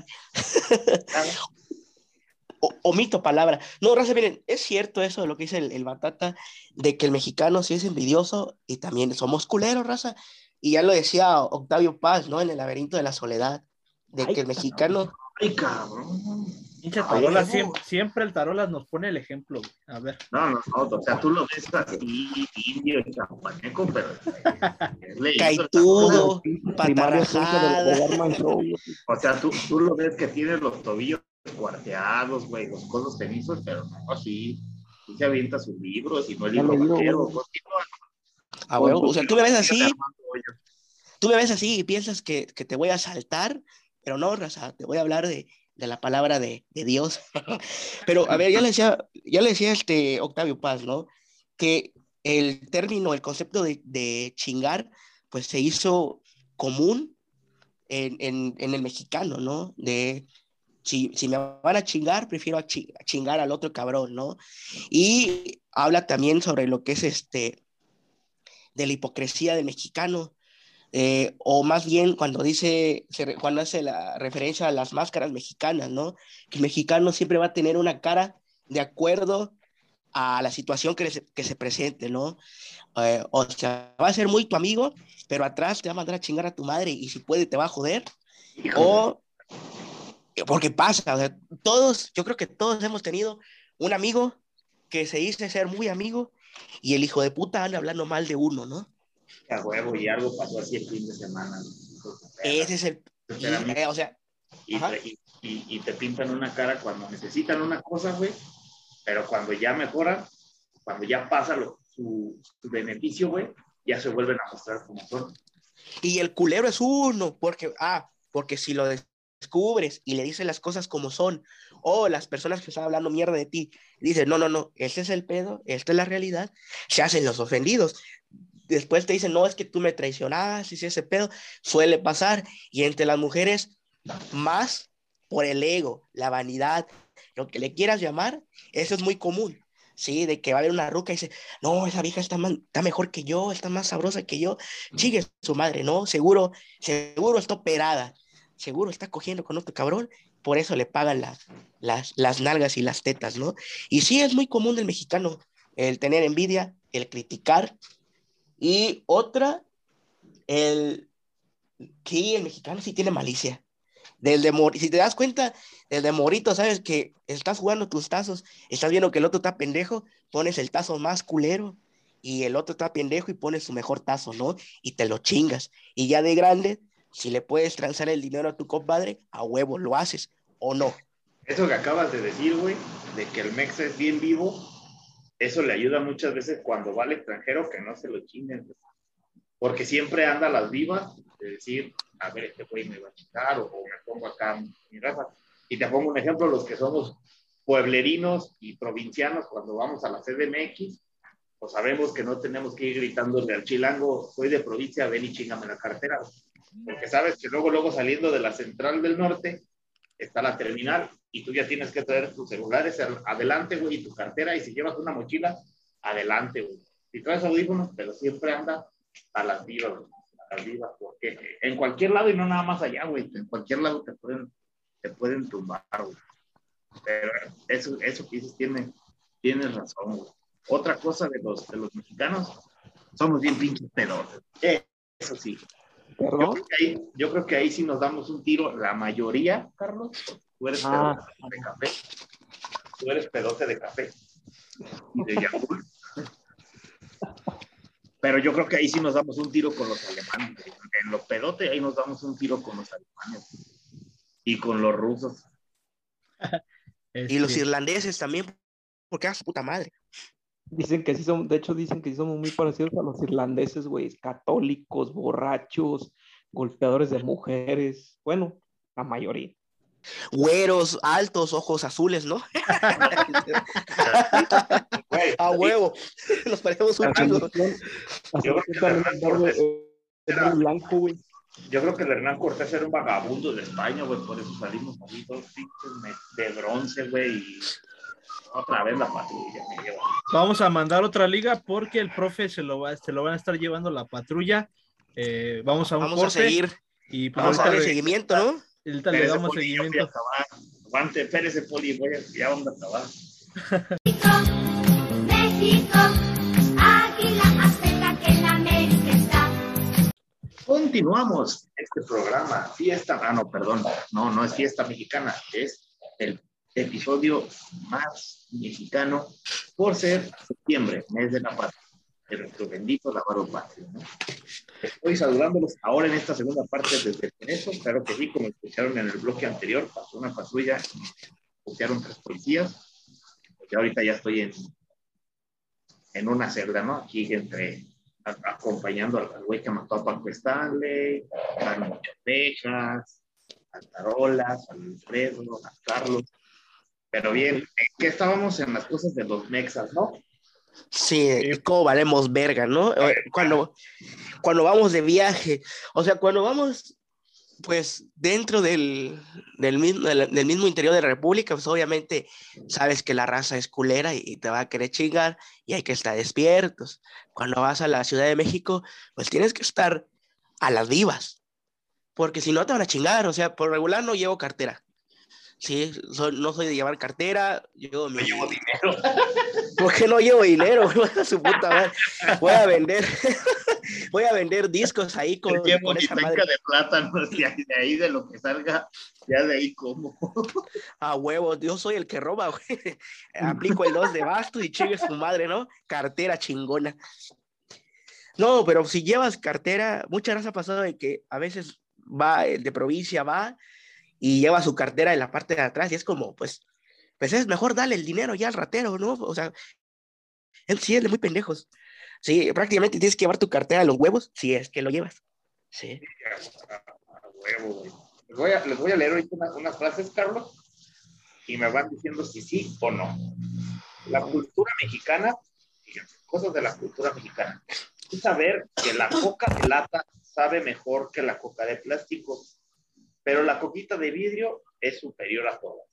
O, omito palabra. No, raza, miren, es cierto eso de lo que dice el, el Batata, de que el mexicano sí es envidioso y también somos culeros, raza. Y ya lo decía Octavio Paz, ¿no? En El laberinto de la soledad, de Ay, que el mexicano... Ay, cabrón. Pinche A Tarolas, huevo. siempre, siempre el Tarolas nos pone el ejemplo, güey. A ver. No, no, no, o sea, tú lo ves así, indio, chapaneco, pero es leído. Caitudo, primaria ciencia del patarrajada. Overman Show. O sea, tú, tú lo ves que tiene los tobillos cuarteados, güey, los codos tenizos, pero no, así, sí se avienta sus libros y no el Ya libro lo digo, vaquero. güey. Continúa. A huevo. Con- O sea, tú me ves así, Armando Hoyos. tú me ves así y piensas que, que te voy a saltar, pero no, raza, te voy a hablar de, de la palabra de, de Dios. Pero, a ver, ya le decía, ya le decía este Octavio Paz, ¿no? Que el término, el concepto de, de chingar, pues se hizo común en, en, en el mexicano, ¿no? De, si, si me van a chingar, prefiero a chi- a chingar al otro cabrón, ¿no? Y habla también sobre lo que es este, de la hipocresía del mexicano, eh, o más bien cuando dice, se, cuando hace la referencia a las máscaras mexicanas, ¿no? Que el mexicano siempre va a tener una cara de acuerdo a la situación que se, que se presente, ¿no? Eh, o sea, va a ser muy tu amigo, pero atrás te va a mandar a chingar a tu madre y si puede te va a joder, Híjole. o porque pasa, o sea, todos, yo creo que todos hemos tenido un amigo que se dice ser muy amigo y el hijo de puta anda hablando mal de uno, ¿no? A huevo, y algo pasó así el fin de semana. Ese es el, y, eh, o sea, Y ajá. te, y, y, y te pintan una cara cuando necesitan una cosa, güey, pero cuando ya mejoran, cuando ya pasa lo, su, su beneficio, güey, ya se vuelven a mostrar como son. Y el culero es uno, porque, ah, porque si lo descubres y le dices las cosas como son, o las personas que están hablando mierda de ti, dicen, no, no, no, ese es el pedo, esta es la realidad, se hacen los ofendidos. Después te dicen, no, es que tú me traicionaste, y ese pedo suele pasar. Y entre las mujeres, más por el ego, la vanidad, lo que le quieras llamar, eso es muy común. Sí, de que va a haber una ruca y dice, no, esa vieja está, más, está mejor que yo, está más sabrosa que yo. Chigue su madre, ¿no? Seguro, seguro está operada, seguro está cogiendo con otro cabrón, por eso le pagan las, las, las nalgas y las tetas, ¿no? Y sí, es muy común del mexicano el tener envidia, el criticar, y otra, el que el mexicano sí tiene malicia. Desde mor si te das cuenta, desde morito, sabes que estás jugando tus tazos, estás viendo que el otro está pendejo, pones el tazo más culero y el otro está pendejo y pones su mejor tazo, ¿no? Y te lo chingas. Y ya de grande, si le puedes transar el dinero a tu compadre, a huevo, lo haces o no. Eso que acabas de decir, güey, de que el mexa es bien vivo, eso le ayuda muchas veces cuando va al extranjero que no se lo chinguen, güey. Porque siempre anda a las vivas de decir, a ver, este güey me va a chingar, o, o me pongo acá mi raza. Y te pongo un ejemplo, los que somos pueblerinos y provincianos, cuando vamos a la C D M X, pues sabemos que no tenemos que ir gritándole al chilango, soy de provincia, ven y chingame la cartera. Porque sabes que luego, luego saliendo de la central del norte, está la terminal, y tú ya tienes que traer tus celulares adelante, güey, y tu cartera, y si llevas una mochila, adelante, güey. Si traes audífonos, pero siempre anda a las vivas, güey, a las vivas, porque en cualquier lado, y no nada más allá, güey, en cualquier lado te pueden, te pueden tumbar, güey. Pero eso, eso que dices, tiene, tienes razón, güey. Otra cosa de los, de los mexicanos, somos bien pinches pedotes. Eso sí. Yo ¿Perdón? creo, que ahí, yo creo que ahí sí nos damos un tiro, la mayoría, Carlos, tú eres Ah. pedote de café, tú eres pedote de café y de Yakult. Pero yo creo que ahí sí nos damos un tiro con los alemanes, en en lo pedote, ahí nos damos un tiro con los alemanes y con los rusos. Este... Y los irlandeses también, porque a su puta madre. Dicen que sí son, de hecho dicen que sí somos muy parecidos a los irlandeses, güey, católicos, borrachos, golpeadores de mujeres, bueno, la mayoría. Güeros, altos, ojos azules, ¿no? A huevo, nos parecemos un chingo. Yo creo que el Hernán Cortés era blanco, güey. Yo creo que el Hernán Cortés era un vagabundo de España, güey, por eso salimos así todos de bronce, güey, y otra vez la patrulla me lleva. Vamos a mandar otra liga porque el profe se lo va, se lo van a estar llevando la patrulla. Eh, vamos a un vamos corte a seguir. Y pues vamos a darle seguimiento, ¿no? Ahorita le damos poli, seguimiento. Aguante, espérese, Poli, voy a, ya vamos a acabar. México, México, águila azteca que en América está. Continuamos este programa, fiesta, ah, no, perdón, no, no es fiesta mexicana, es el episodio más mexicano por ser septiembre, mes de la patria, de nuestro bendito lavado patrio, ¿no? Estoy saludándolos ahora en esta segunda parte desde Peneso, claro que sí, como escucharon en el bloque anterior, pasó una patrulla, putearon tres policías, porque ahorita ya estoy en, en una celda, ¿no? Aquí entre, a, acompañando al güey que mató a Paco Stanley, a Muchas Pejas, a Tarolas, a Alfredo, a Carlos, pero bien, ¿en qué estábamos? En las cosas de los mexas, ¿no? Sí, cómo valemos verga, ¿no? Cuando, cuando vamos de viaje, o sea, cuando vamos, pues, dentro del, del, mismo, del, del mismo interior de la República, pues, obviamente, sabes que la raza es culera y, y te va a querer chingar y hay que estar despiertos. Cuando vas a la Ciudad de México, pues, tienes que estar a las vivas, porque si no te van a chingar, o sea, por regular no llevo cartera. Sí, soy, no soy de llevar cartera, yo me llevo dinero. ¿Por qué no llevo dinero? Voy a su puta madre. Voy a vender, voy a vender discos ahí con, llevo con mi esa tanca madre. de plátano, de ahí, de ahí de lo que salga, ya de ahí como. A huevo, yo soy el que roba, güey. Aplico el dos de bastos y chingue su madre, ¿no? Cartera chingona. No, pero si llevas cartera, muchas veces ha pasado de que a veces va de provincia, va y lleva su cartera en la parte de atrás y es como, pues, pues es mejor darle el dinero ya al ratero, ¿no? O sea, él sí es de muy pendejos. Sí, prácticamente tienes que llevar tu cartera a los huevos si es que lo llevas. Sí. A, a huevo, güey. Les voy a, les voy a leer ahorita una, unas frases, Carlos, y me van diciendo si sí o no. La cultura mexicana, fíjense, cosas de la cultura mexicana. Es saber que la coca de lata sabe mejor que la coca de plástico, pero la coquita de vidrio es superior a todas.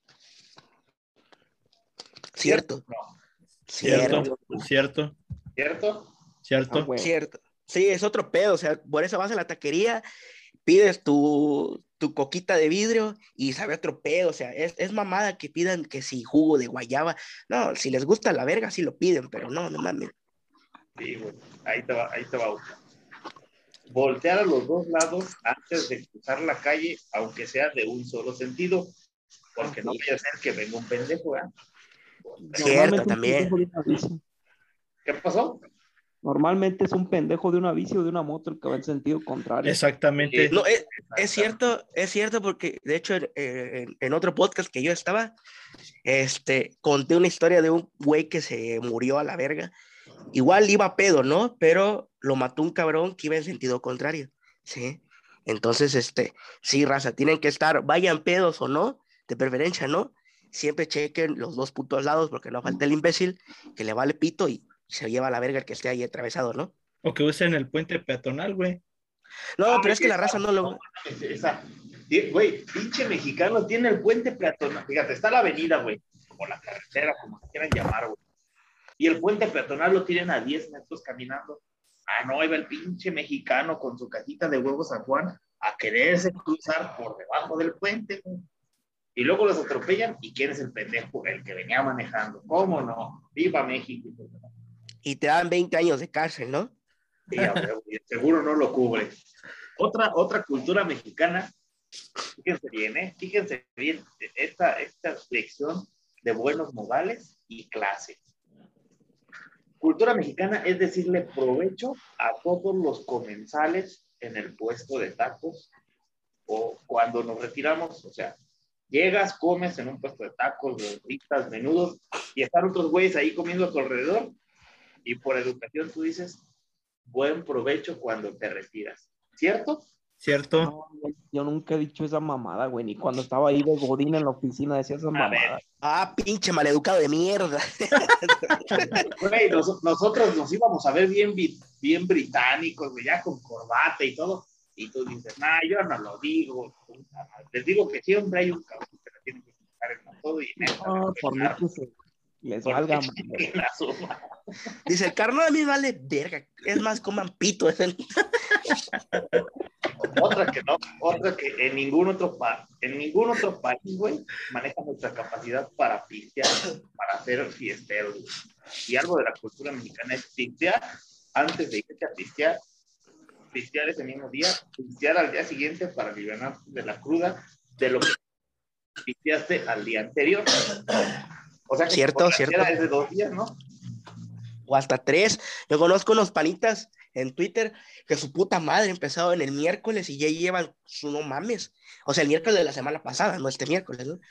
Cierto. No. Cierto. Cierto. ¿Cierto? Cierto. Ah, bueno. Cierto. Sí, es otro pedo. O sea, por eso vas a la taquería, pides tu, tu coquita de vidrio y sabe otro pedo. O sea, es, es mamada que pidan que si jugo de guayaba. No, si les gusta la verga, sí lo piden, pero no, no mames. Sí, güey. Ahí te va, ahí te va. Voltear a los dos lados antes de cruzar la calle, aunque sea de un solo sentido, porque no puede ser que venga un pendejo, ¿eh? Cierto, también. ¿Qué pasó? Normalmente es un pendejo de una bici o de una moto el que va en sentido contrario. Exactamente. No, es, es cierto, es cierto porque de hecho en, en, en otro podcast que yo estaba, este, conté una historia de un güey que se murió a la verga. Igual iba a pedo, ¿no? Pero lo mató un cabrón que iba en sentido contrario, ¿sí? Entonces, este, sí, raza, tienen que estar, vayan pedos o no, de preferencia, ¿no? Siempre chequen los dos putos lados porque no falta el imbécil que le vale pito y se lleva a la verga el que esté ahí atravesado, ¿no? O que usen el puente peatonal, güey. No, Ay, pero es que esa, la raza no lo... Esa, güey, pinche mexicano tiene el puente peatonal. Fíjate, está la avenida, güey, como la carretera, como se quieran llamar, güey. Y el puente peatonal lo tienen a diez metros caminando. Ah, no, iba el pinche mexicano con su cajita de huevos San Juan a quererse cruzar por debajo del puente, güey. Y luego los atropellan, ¿y quién es el pendejo? El que venía manejando. ¿Cómo no? ¡Viva México! Y te dan veinte años de cárcel, ¿no? Sí, seguro no lo cubre. Otra, otra cultura mexicana, fíjense bien, ¿eh? Fíjense bien, esta, esta lección de buenos modales y clase. Cultura mexicana es decirle provecho a todos los comensales en el puesto de tacos o cuando nos retiramos, o sea, llegas, comes en un puesto de tacos, gorditas, menudos, y están otros güeyes ahí comiendo a tu alrededor, y por educación tú dices, buen provecho cuando te retiras, ¿cierto? ¿Cierto? No, güey, yo nunca he dicho esa mamada, güey, ni cuando estaba ahí de Godín en la oficina decía esas A ver, mamadas. Ah, pinche maleducado de mierda. güey, nos- nosotros nos íbamos a ver bien, bi- bien británicos, güey, ya con corbata y todo, y tú dices, nah, yo no lo digo, puta madre. Les digo que siempre hay un cabrón que la tiene que quitar en todo y neta, No, por mí respetar, que se les porque valga madre. chinguen a su madre. Dice, el carnal a mí vale verga. Es más, coman pito. Otra que no, otra que en ningún otro pa- en ningún otro país, güey, maneja nuestra capacidad para pistear, para ser fiesteros, güey. Y algo de la cultura mexicana es pistear antes de irte a pistear, pistear ese mismo día, pistear al día siguiente para liberar de la cruda de lo que pisteaste al día anterior. O sea que Cierto, por la cierto. fiera es de dos días, ¿no? O hasta tres. Yo conozco unos panitas en Twitter que su puta madre empezaron en el miércoles y ya llevan su no mames. O sea, el miércoles de la semana pasada, no este miércoles, ¿no?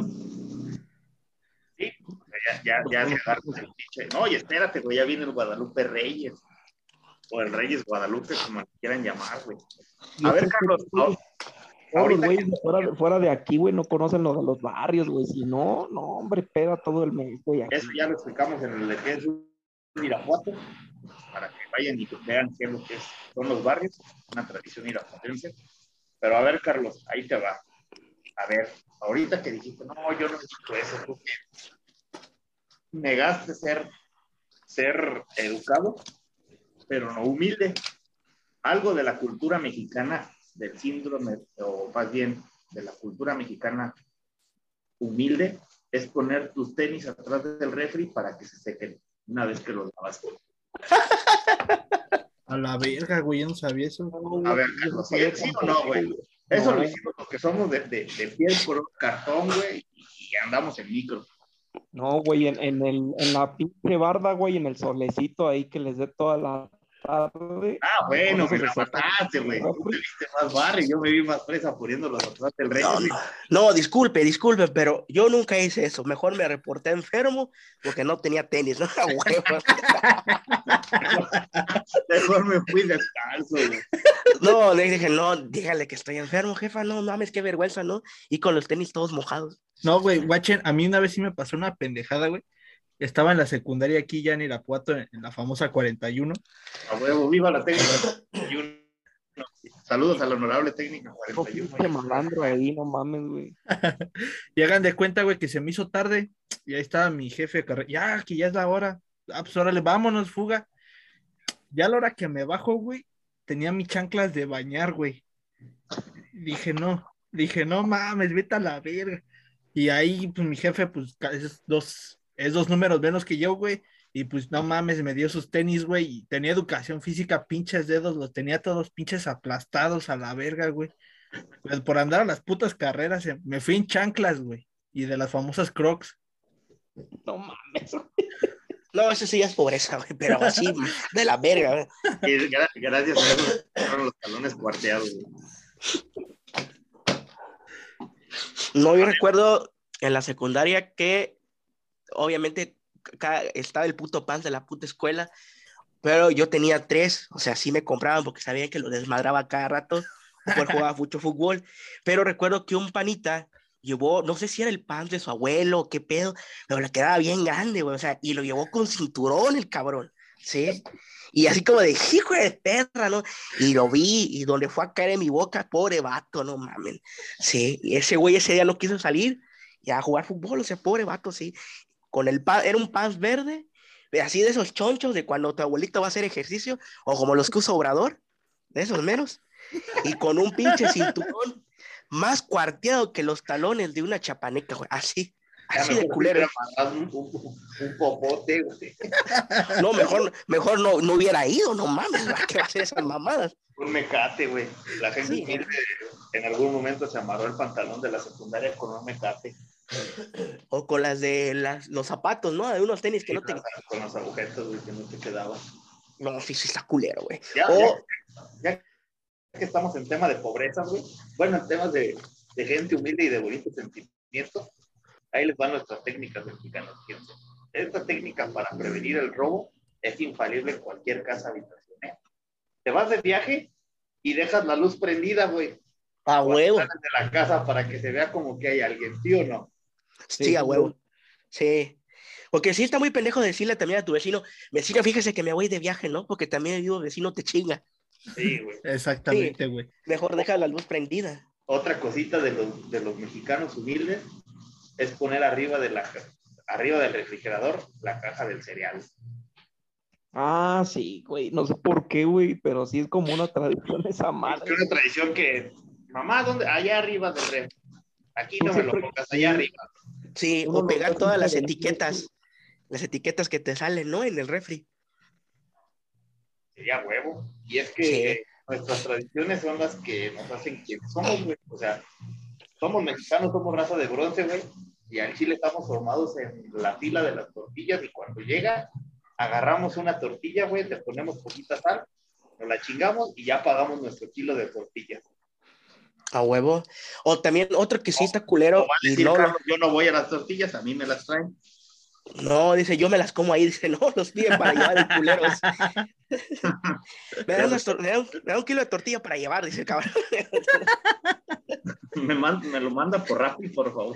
Sí, o sea, ya, ya, ya se agarran el pinche. No, y espérate, güey, ya viene el Guadalupe Reyes. O el Reyes Guadalupe, como le quieran llamar, güey. A ver, Carlos, no, Todos los ahorita güeyes que- de fuera, fuera de aquí, güey, no conocen lo de los barrios, güey. Si no, no, hombre, peda todo el mes, güey. Aquí. eso ya lo explicamos en el de que es un Irapuato, para que vayan y vean qué es lo que es, son los barrios, una tradición irapuatense. Pero a ver, Carlos, ahí te va. A ver, ahorita que dijiste, no, yo no he dicho eso, tú que negaste ser, ser educado, pero no humilde. Algo de la cultura mexicana, del síndrome, o más bien de la cultura mexicana humilde, es poner tus tenis atrás del refri para que se sequen una vez que los lavas. A la verga, güey, yo no sabía eso. A ver, Carlos, ¿sí, sí o no, güey? Eso lo hicimos los que somos de, de, de piel por cartón, güey, y andamos en micro. No, güey, en, en, el, en la pinche barda, güey, en el solecito ahí que les dé toda la tarde. Ah, bueno, Con me eso la se seca. mataste, güey. Tú te viste más barrio, yo me vi más presa poniéndolos atrás del rey. No, no, no, disculpe, disculpe, pero yo nunca hice eso. Mejor me reporté enfermo porque no tenía tenis, ¿no? A huevo. Mejor me fui descalzo, güey. No, le dije, no, dígale que estoy enfermo, jefa, no mames, qué vergüenza, ¿no? Y con los tenis todos mojados. No, güey, guachen, a mí una vez sí me pasó una pendejada, güey. Estaba en la secundaria aquí ya en Irapuato, en, en la famosa cuarenta y uno. A huevo, viva la técnica. Y un- Saludos a la honorable técnica Oh, cuarenta y uno. pinche malandro ahí, no mames, güey. Y hagan de cuenta, güey, que se me hizo tarde. Y ahí estaba mi jefe de carrera. Ya, que ya es la hora. Ah, pues órale, vámonos, fuga. Ya a la hora que me bajo, güey, tenía mis chanclas de bañar, güey. Dije, no, dije, no mames, vete a la verga. Y ahí, pues mi jefe, pues ca- es dos, es dos números menos que yo, güey. Y pues no mames, me dio sus tenis, güey. Y tenía educación física, pinches dedos, los tenía todos pinches aplastados a la verga, güey. Pues por andar a las putas carreras, eh, me fui en chanclas, güey. Y de las famosas Crocs. No mames. No, eso sí ya es pobreza, güey, pero así, de la verga, güey. Y gra- gracias a eso fueron los talones cuarteados, güey. No, yo recuerdo en la secundaria que obviamente ca- estaba el puto pan de la puta escuela, pero yo tenía tres, o sea, sí me compraban porque sabía que lo desmadraba cada rato, porque jugaba mucho fútbol, pero recuerdo que un panita llevó, no sé si era el pan de su abuelo o qué pedo, pero le quedaba bien grande, güey, o sea, y lo llevó con cinturón el cabrón, ¿sí? Y así como de, hijo de perra, ¿no? Y lo vi, y donde fue a caer en mi boca, pobre vato, no mamen. Sí, y ese güey ese día no quiso salir y a jugar fútbol, o sea, pobre vato, sí. Con el pan, era un pants verde, de así de esos chonchos de cuando tu abuelito va a hacer ejercicio, o como los que usa Obrador, de esos menos, y con un pinche cinturón más cuarteado que los talones de una chapaneca, güey, así. Ya Así de mejor culero. hubiera mandado un, un, un popote, güey. No, mejor, mejor no, no hubiera ido, no mames, ¿para qué va a hacer esas mamadas? Un mecate, güey. La gente Sí. humilde en algún momento se amarró el pantalón de la secundaria con un mecate. O con las de las, los zapatos, ¿no? De unos tenis que no te... Con los agujetos, güey, que no te quedaban. No, sí, sí está culero, güey. Ya, O, ya, ya que estamos en tema de pobreza, güey, bueno, en temas de, de gente humilde y de bonitos sentimientos, ahí les van nuestras técnicas mexicanas. Fíjense. Esta técnica para prevenir el robo es infalible en cualquier casa habitación. ¿eh? Te vas de viaje y dejas la luz prendida, güey. A huevo. De la casa para que se vea como que hay alguien, ¿sí o no? Sí, sí, a huevo. Sí. Porque sí está muy pendejo decirle también a tu vecino, vecino, fíjese que me voy de viaje, ¿no? Porque también digo, vecino te chinga. Sí, güey. Exactamente, güey. Sí, mejor deja la luz prendida. Otra cosita de los, de los mexicanos humildes es poner arriba, de la, arriba del refrigerador la caja del cereal. Ah, sí, güey. No sé por qué, güey, pero sí es como una tradición esa madre. Es una tradición que, mamá, ¿dónde? Allá arriba del refri. Aquí no me lo pongas, allá arriba. Sí, o pegar todas las etiquetas, las etiquetas que te salen, ¿no? En el refri. Sería huevo. Y es que Sí. eh, nuestras tradiciones son las que nos hacen quienes somos, güey. O sea, somos mexicanos, somos raza de bronce, güey. Y en Chile estamos formados en la fila de las tortillas y cuando llega, agarramos una tortilla, güey, le ponemos poquita sal, nos la chingamos y ya pagamos nuestro kilo de tortillas. A huevo. O también otro que sí está culero. Como Y decir, no, Carlos, yo no voy a las tortillas, a mí me las traen. no, dice, yo me las como ahí. Dice, no, los piden para llevar el culeros. me, dan unas tor- me, dan, me da un kilo de tortilla para llevar, dice el cabrón. me, manda, me lo manda por Rappi, por favor.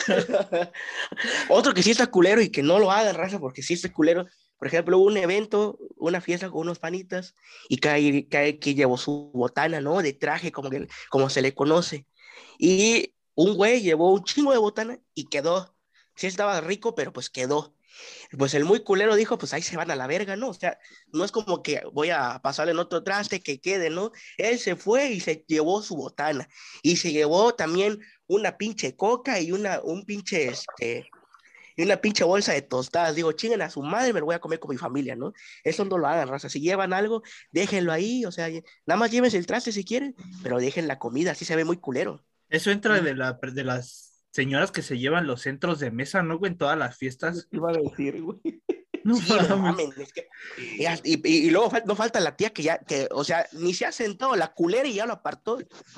Otro que sí está culero y que no lo hagan, raza, porque sí está culero. Por ejemplo, hubo un evento, una fiesta con unos panitas, y cae, cae que llevó su botana, ¿no? De traje, como, que, como se le conoce. Y un güey llevó un chingo de botana y quedó. Sí estaba rico, pero pues quedó. Pues el muy culero dijo, pues ahí se van a la verga, ¿no? O sea, no es como que voy a pasarle en otro traste que quede, ¿no? Él se fue y se llevó su botana. Y se llevó también una pinche coca y una, un pinche, este... y una pinche bolsa de tostadas. Digo, chinguen a su madre, me lo voy a comer con mi familia, ¿no? Eso no lo hagan, raza. Si llevan algo, déjenlo ahí, o sea, nada más llévense el traste si quieren, pero dejen la comida, así se ve muy culero. Eso entra de, la, de las señoras que se llevan los centros de mesa, ¿no, güey? En todas las fiestas. Iba a decir, güey. No, Sí, no mames. mames, es que- y, y- y luego fal- no falta la tía que ya, que, o sea, ni se ha sentado la culera y ya lo apartó.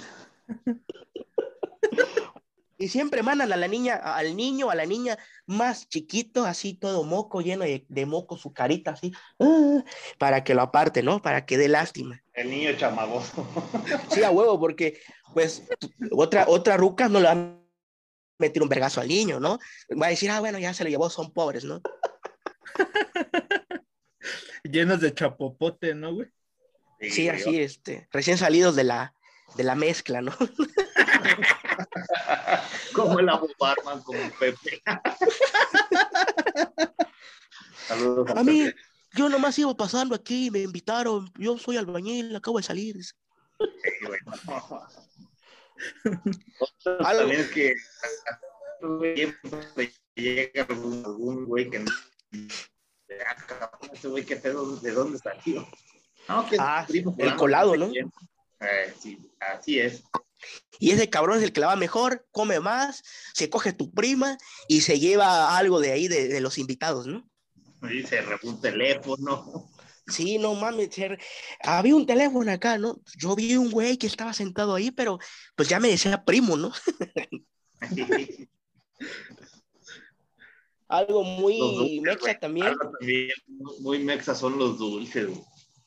Y siempre mandan a la niña, al niño, a la niña más chiquito, así todo moco, lleno de, de moco, su carita así, ah, para que lo aparte, ¿no? Para que dé lástima. El niño chamagoso. Sí, a huevo, porque, pues, tu- otra, otra ruca no le va a meter un vergazo al niño, ¿no? Va a decir, ah, bueno, ya se lo llevó, son pobres, ¿no? Llenos de chapopote, ¿no, güey? Sí, así, este, recién salidos de la, de la mezcla, ¿no? Como el Abu Barman, como Pepe. Saludos A mí, yo nomás iba pasando aquí, me invitaron, yo soy albañil, acabo de salir. Sí, bueno. También es que siempre llega algún, algún güey que no. Ese güey, ¿qué pedo? ¿De dónde salió? No, que Ah, primo el fulano, colado, sé ¿no? quién. Eh, sí, así es. Y ese cabrón es el que la va mejor, come más, se coge tu prima y se lleva algo de ahí de, de los invitados, ¿no? Y se repuso un teléfono. Sí, no mames, ser- había un teléfono acá, ¿no? Yo vi un güey que estaba sentado ahí, pero pues ya me decía primo, ¿no? Algo Los muy dulces, mexa güey. también. Algo también muy, muy mexa son los dulces, güey.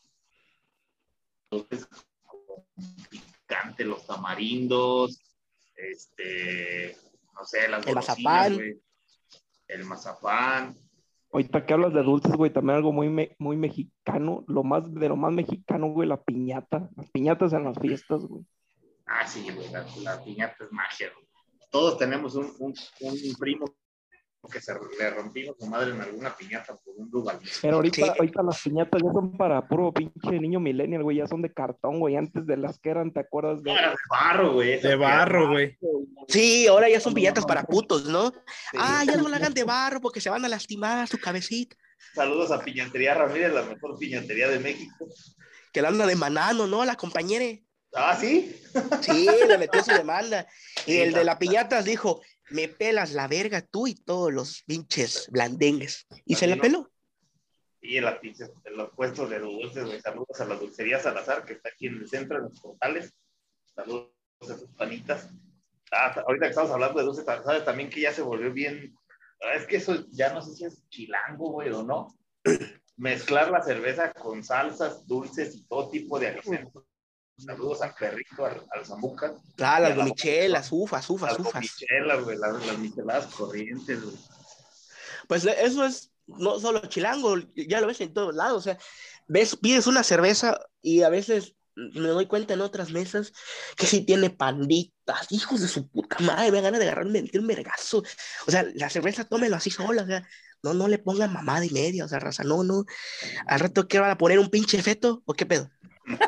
Los dulces picantes, los tamarindos, este, no sé, las El golosinas, mazapán. güey. El mazapán. Ahorita que hablas de dulces, güey, también algo muy, me- muy mexicano, lo más, de lo más mexicano, güey, la piñata. Las piñatas en las fiestas, güey. Ah, sí, güey, la, la piñata es magia, güey. Todos tenemos un, un, un primo que se le rompimos su madre en alguna piñata por un rubalito. Pero ahorita, Sí. ahorita las piñatas ya son para puro pinche niño millennial, güey, ya son de cartón, güey, antes de las que eran, ¿te acuerdas de? No, era de barro, güey. esas De barro, güey. Sí, ahora ya son piñatas para putos, ¿no? Sí. Ah, ya no la hagan de barro porque se van a lastimar su cabecita. Saludos a Piñatería Ramírez, la mejor piñatería de México. Que la anda demandando, ¿no? A la compañera. Ah, ¿sí? Sí, le metió su demanda. Y Sí, el de la- la piñatas dijo, me pelas la verga tú y todos los pinches blandengues. Y A se mí la no. peló. Y en las pinches, en los puestos de dulces, güey. Saludos a la dulcería Salazar, que está aquí en el centro, en los portales. Saludos a sus panitas. Ah, ahorita que estamos hablando de dulces, sabes también que ya se volvió bien. Es que eso ya no sé si es chilango, güey, o no. Mezclar la cerveza con salsas, dulces y todo tipo de alimentos. Saludos al perrito, al, al zambuca. Ah, las Y a la- gomichelas, ufas, ufas, Las ufas. gomichelas, güey, las, las micheladas corrientes, güey. Pues eso es no solo chilango, ya lo ves en todos lados. O sea, ves, pides una cerveza y a veces me doy cuenta en otras mesas que sí tiene panditas, hijos de su puta madre, me da ganas de agarrarme, meter un vergazo. O sea, la cerveza tómelo así sola, o sea, no, no le pongan mamada y media, o sea, raza, no, no. Al rato, ¿qué van a poner un pinche feto? ¿O qué pedo?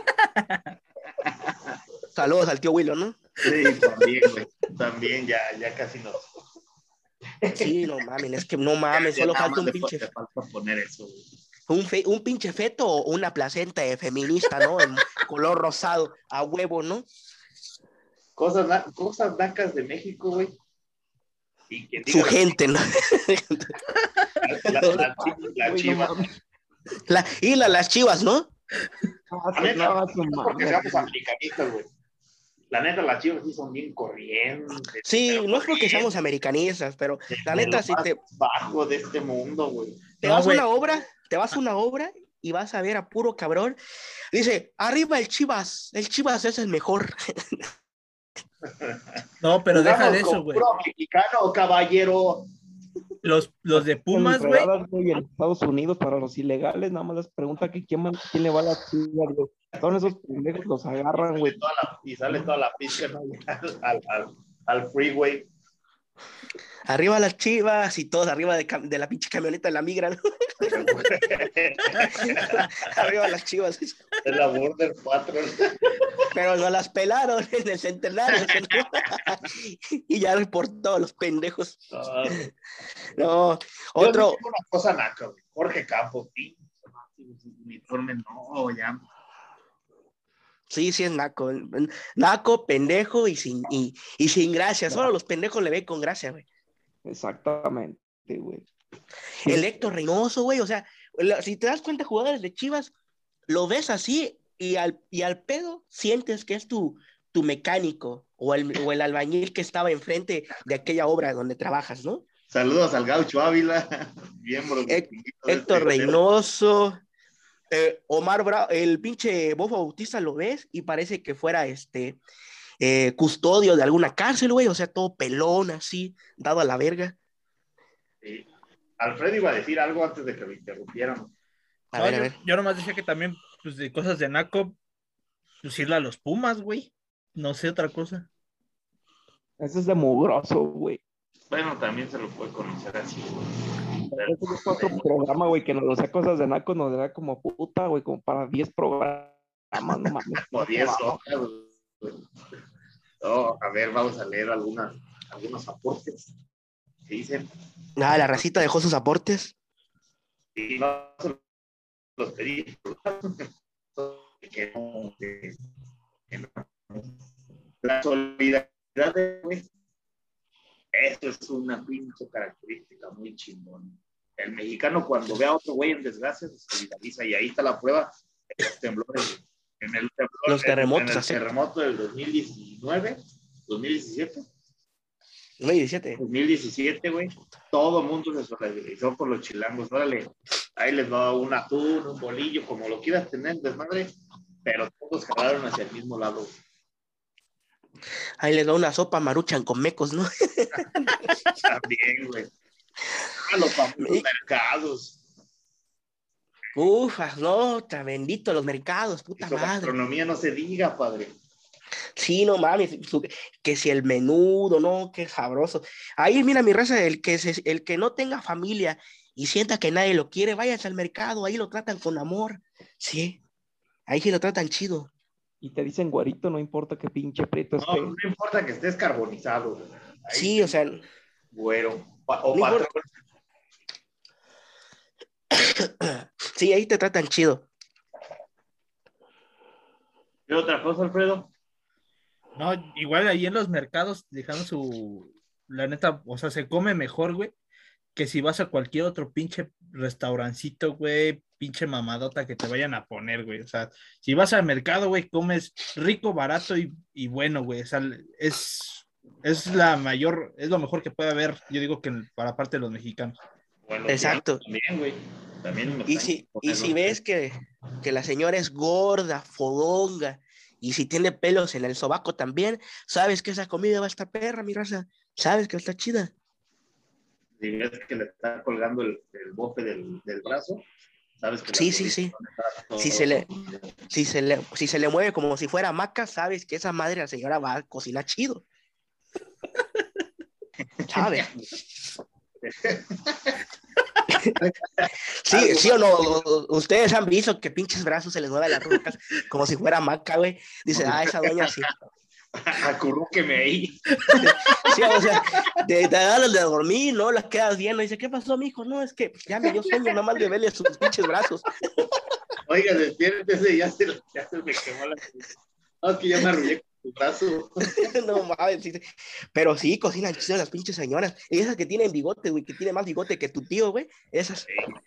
Saludos al tío Willow, ¿no? Sí, también, güey. También ya, ya casi nos. Sí, no mames, es que no mames, Ya solo nada falta más un le pinche, te falta poner eso, güey. un, fe- un pinche feto o una placenta de feminista, ¿no? En color rosado, a huevo, ¿no? Cosas, na- cosas nacas de México, güey. Y que Su diga gente, ¿no? la, la, la, chi- la Güey, no chiva. mames. La, y la- las chivas, ¿no? Ah, La neta, no, no, su no porque madre, seamos güey. americanistas, güey. La neta, las chivas sí son bien corrientes. Sí, pero no es porque seamos corrientes, americanistas, pero la de lo neta, si más te, bajo de este mundo, güey. te No, vas a güey. una obra, te vas a una obra y vas a ver a puro cabrón. Dice, arriba el Chivas, el Chivas es el mejor. No, pero deja Jugamos de eso, con güey. puro mexicano, caballero. Los, los de En Pumas, güey. regadas, güey, en Estados Unidos para los ilegales, nada más les pregunta que quién, man- quién le va a la Chivas, güey. Son esos pendejos, los agarran, güey. Toda la- y sale toda la pizca, ¿no? al, al, al freeway. Arriba las Chivas y todos arriba de, cam- de la pinche camioneta de la migra, ¿no? Arriba las Chivas. Es la Border cuatro. Pero no las pelaron en el centenario. ¿No? Y ya reportó los pendejos. No, No, Yo otro, digo una cosa naca, güey. Jorge Campos, pinche uniforme, no, ya. sí, sí es naco. Naco, pendejo y sin, y, y sin gracia. Solo los pendejos le ven con gracia, güey. Exactamente, güey. El Héctor Reynoso, güey, o sea, la- si te das cuenta, jugadores de Chivas, lo ves así y al, y al pedo sientes que es tu, tu mecánico o el, o el albañil que estaba enfrente de aquella obra donde trabajas, ¿no? Saludos al Gaucho Ávila, miembro de Hec- Héctor Reynoso, eh, Omar Bravo, el pinche Bofo Bautista lo ves y parece que fuera este eh, custodio de alguna cárcel, güey, o sea, todo pelón así, dado a la verga. Sí. Alfredo iba a decir algo antes de que lo interrumpieran. A No, ver, a yo, ver. yo nomás decía que también, pues, de cosas de naco, pues irle a los Pumas, güey. No sé otra cosa. Ese es de mugroso, güey. Bueno, también se lo puede conocer así, güey. Pero- Ese es otro programa, güey, que nos hacía cosas de naco, nos da como puta, güey, como para diez programas, no mames. Como diez hojas, güey. No, a ver, vamos a leer algunas, algunos aportes que dicen. Ah, la racita dejó sus aportes. Y no se los pedí. Que no, que- que no. La solidaridad, güey. Eso es una pinche característica muy chingón. El mexicano, cuando ve a otro güey en desgracia, se solidariza. Y ahí está la prueba de los temblores. En el temblor, Los terremotos, En el así. terremoto del dos mil diecinueve, dos mil diecisiete. dos mil diecisiete. dos mil diecisiete, güey, todo el mundo se solidarizó por los chilangos. Órale, ahí les va un atún, un bolillo, como lo quieras tener, desmadre, pero todos jalaron hacia el mismo lado. Ahí les da una sopa maruchan con mecos, ¿no? También, güey. A los famosos Y- mercados. Ufa, no, está bendito los mercados, Y puta su madre. gastronomía no se diga, padre. Sí, no mames, su- que si el menudo, no, qué sabroso. Ahí, mira, mi raza, el que, se- el que no tenga familia y sienta que nadie lo quiere, váyase al mercado, ahí lo tratan con amor, sí, ahí sí lo tratan chido. Y te dicen güerito, no importa qué pinche prieto No, esté. no importa que estés carbonizado. Güey. Ahí Sí, o sea, no güero. Pa- o importa. patrón. Sí, ahí te tratan chido. ¿Qué otra cosa, Alfredo? No, igual ahí en los mercados dejan su, la neta, o sea, se come mejor, güey, que si vas a cualquier otro pinche restaurancito, güey, pinche mamadota que te vayan a poner, güey. O sea, si vas al mercado, güey, comes rico, barato y, y bueno, güey. O sea, es, es la mayor, es lo mejor que puede haber, yo digo que para parte de los mexicanos. Bueno, Exacto. También, güey. También me Y están si, y si poniendo- ves que, que la señora es gorda, fodonga, y si tiene pelos en el sobaco también, sabes que esa comida va a estar perra, mi raza. Sabes que está chida. Si ves que le está colgando el, el bofe del, del brazo, sabes que Sí, las sí, gorditas sí. van a estar todo- Si se le, si se le, si se le mueve como si fuera maca, sabes que esa madre la señora va a cocinar chido. ¿Sabes? Sí, Algo sí o no. Ustedes han visto que pinches brazos se les mueven las rocas como si fuera maca, güey. Dice, ah, esa doña sí. Acurrúqueme ahí. Sí, o sea, te, te dan de dormir, ¿no? Las quedas viendo. Dice, ¿qué pasó, mijo? No, es que ya me dio sueño, nada más de verle sus pinches brazos. Oiga, despiértese, ya se, ya se me quemó la. No, es que ya me arrullé con tu brazo. No mames, sí, sí. Pero sí, cocinan chido las pinches señoras. Y esas que tienen bigote, güey, que tiene más bigote que tu tío, güey. Esas.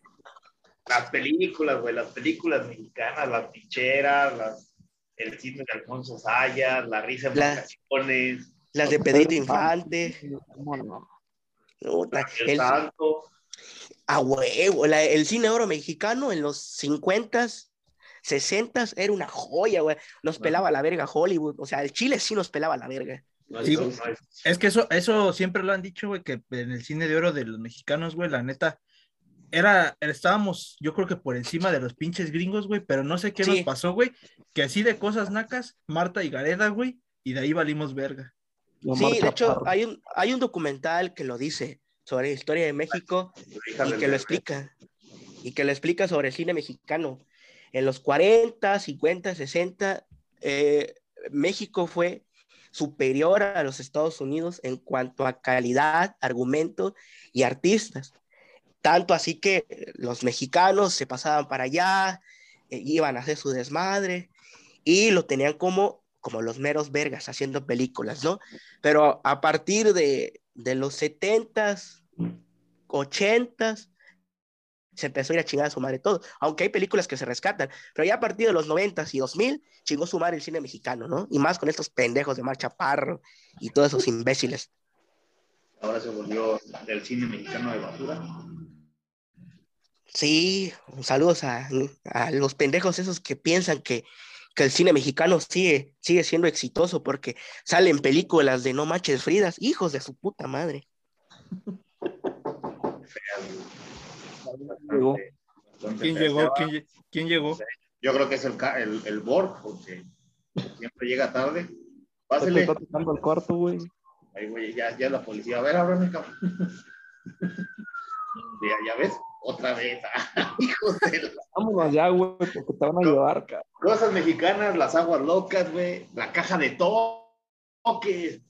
Las películas, güey, las películas mexicanas, las picheras, las, el cine de Alfonso Sayas, la risa en La- vacaciones, Las de Pedrito Infante. ¿Cómo no? Puta, el el, Santo. a huevo, la- el cine oro mexicano en los cincuentas, sesentas era una joya, güey. Nos pelaba la verga Hollywood. O sea, el Chile sí nos pelaba la verga. No, Sí, no, no es- Es que eso, eso siempre lo han dicho, güey, que en el cine de oro de los mexicanos, güey, la neta, era, estábamos, yo creo que por encima de los pinches gringos, güey, pero no sé qué nos Sí. pasó, güey, que así de cosas nacas, Marta y Gareda, güey, y de ahí valimos verga. Y Omar Sí, de hecho, Chaparro. hay un, hay un documental que lo dice sobre la historia de México hija y del que lo bebé. explica. Y que lo explica sobre el cine mexicano. En los cuarenta, cincuenta, sesenta, eh, México fue superior a los Estados Unidos en cuanto a calidad, argumento y artistas. Tanto así que los mexicanos se pasaban para allá, eh, iban a hacer su desmadre y lo tenían como, como los meros vergas haciendo películas, ¿no? Pero a partir de, de los setentas, ochentas, se empezó a ir a chingar a su madre todo, aunque hay películas que se rescatan, pero ya a partir de los noventas y dos mil chingó su madre el cine mexicano, ¿no? Y más con estos pendejos de Omar Chaparro y todos esos imbéciles. Ahora se volvió del cine mexicano de basura. Sí, saludos a, a los pendejos esos que piensan que, que el cine mexicano sigue, sigue siendo exitoso porque salen películas de No Manches Fridas, hijos de su puta madre. Llegó. Bastante ¿Quién fea. llegó? ¿Quién, lle- quién llegó? Yo creo que es el, ca- el, el Borg, porque siempre llega tarde. Te Pásele. está tocando el cuarto, güey. Ahí, güey, ya, ya la policía. A ver, ábrame, cabrón. Ya, ya ves, otra vez. Hijos de la... Vámonos ya, güey, porque te van a llevar, cara. Cosas mexicanas, las aguas locas, güey. La caja de toques.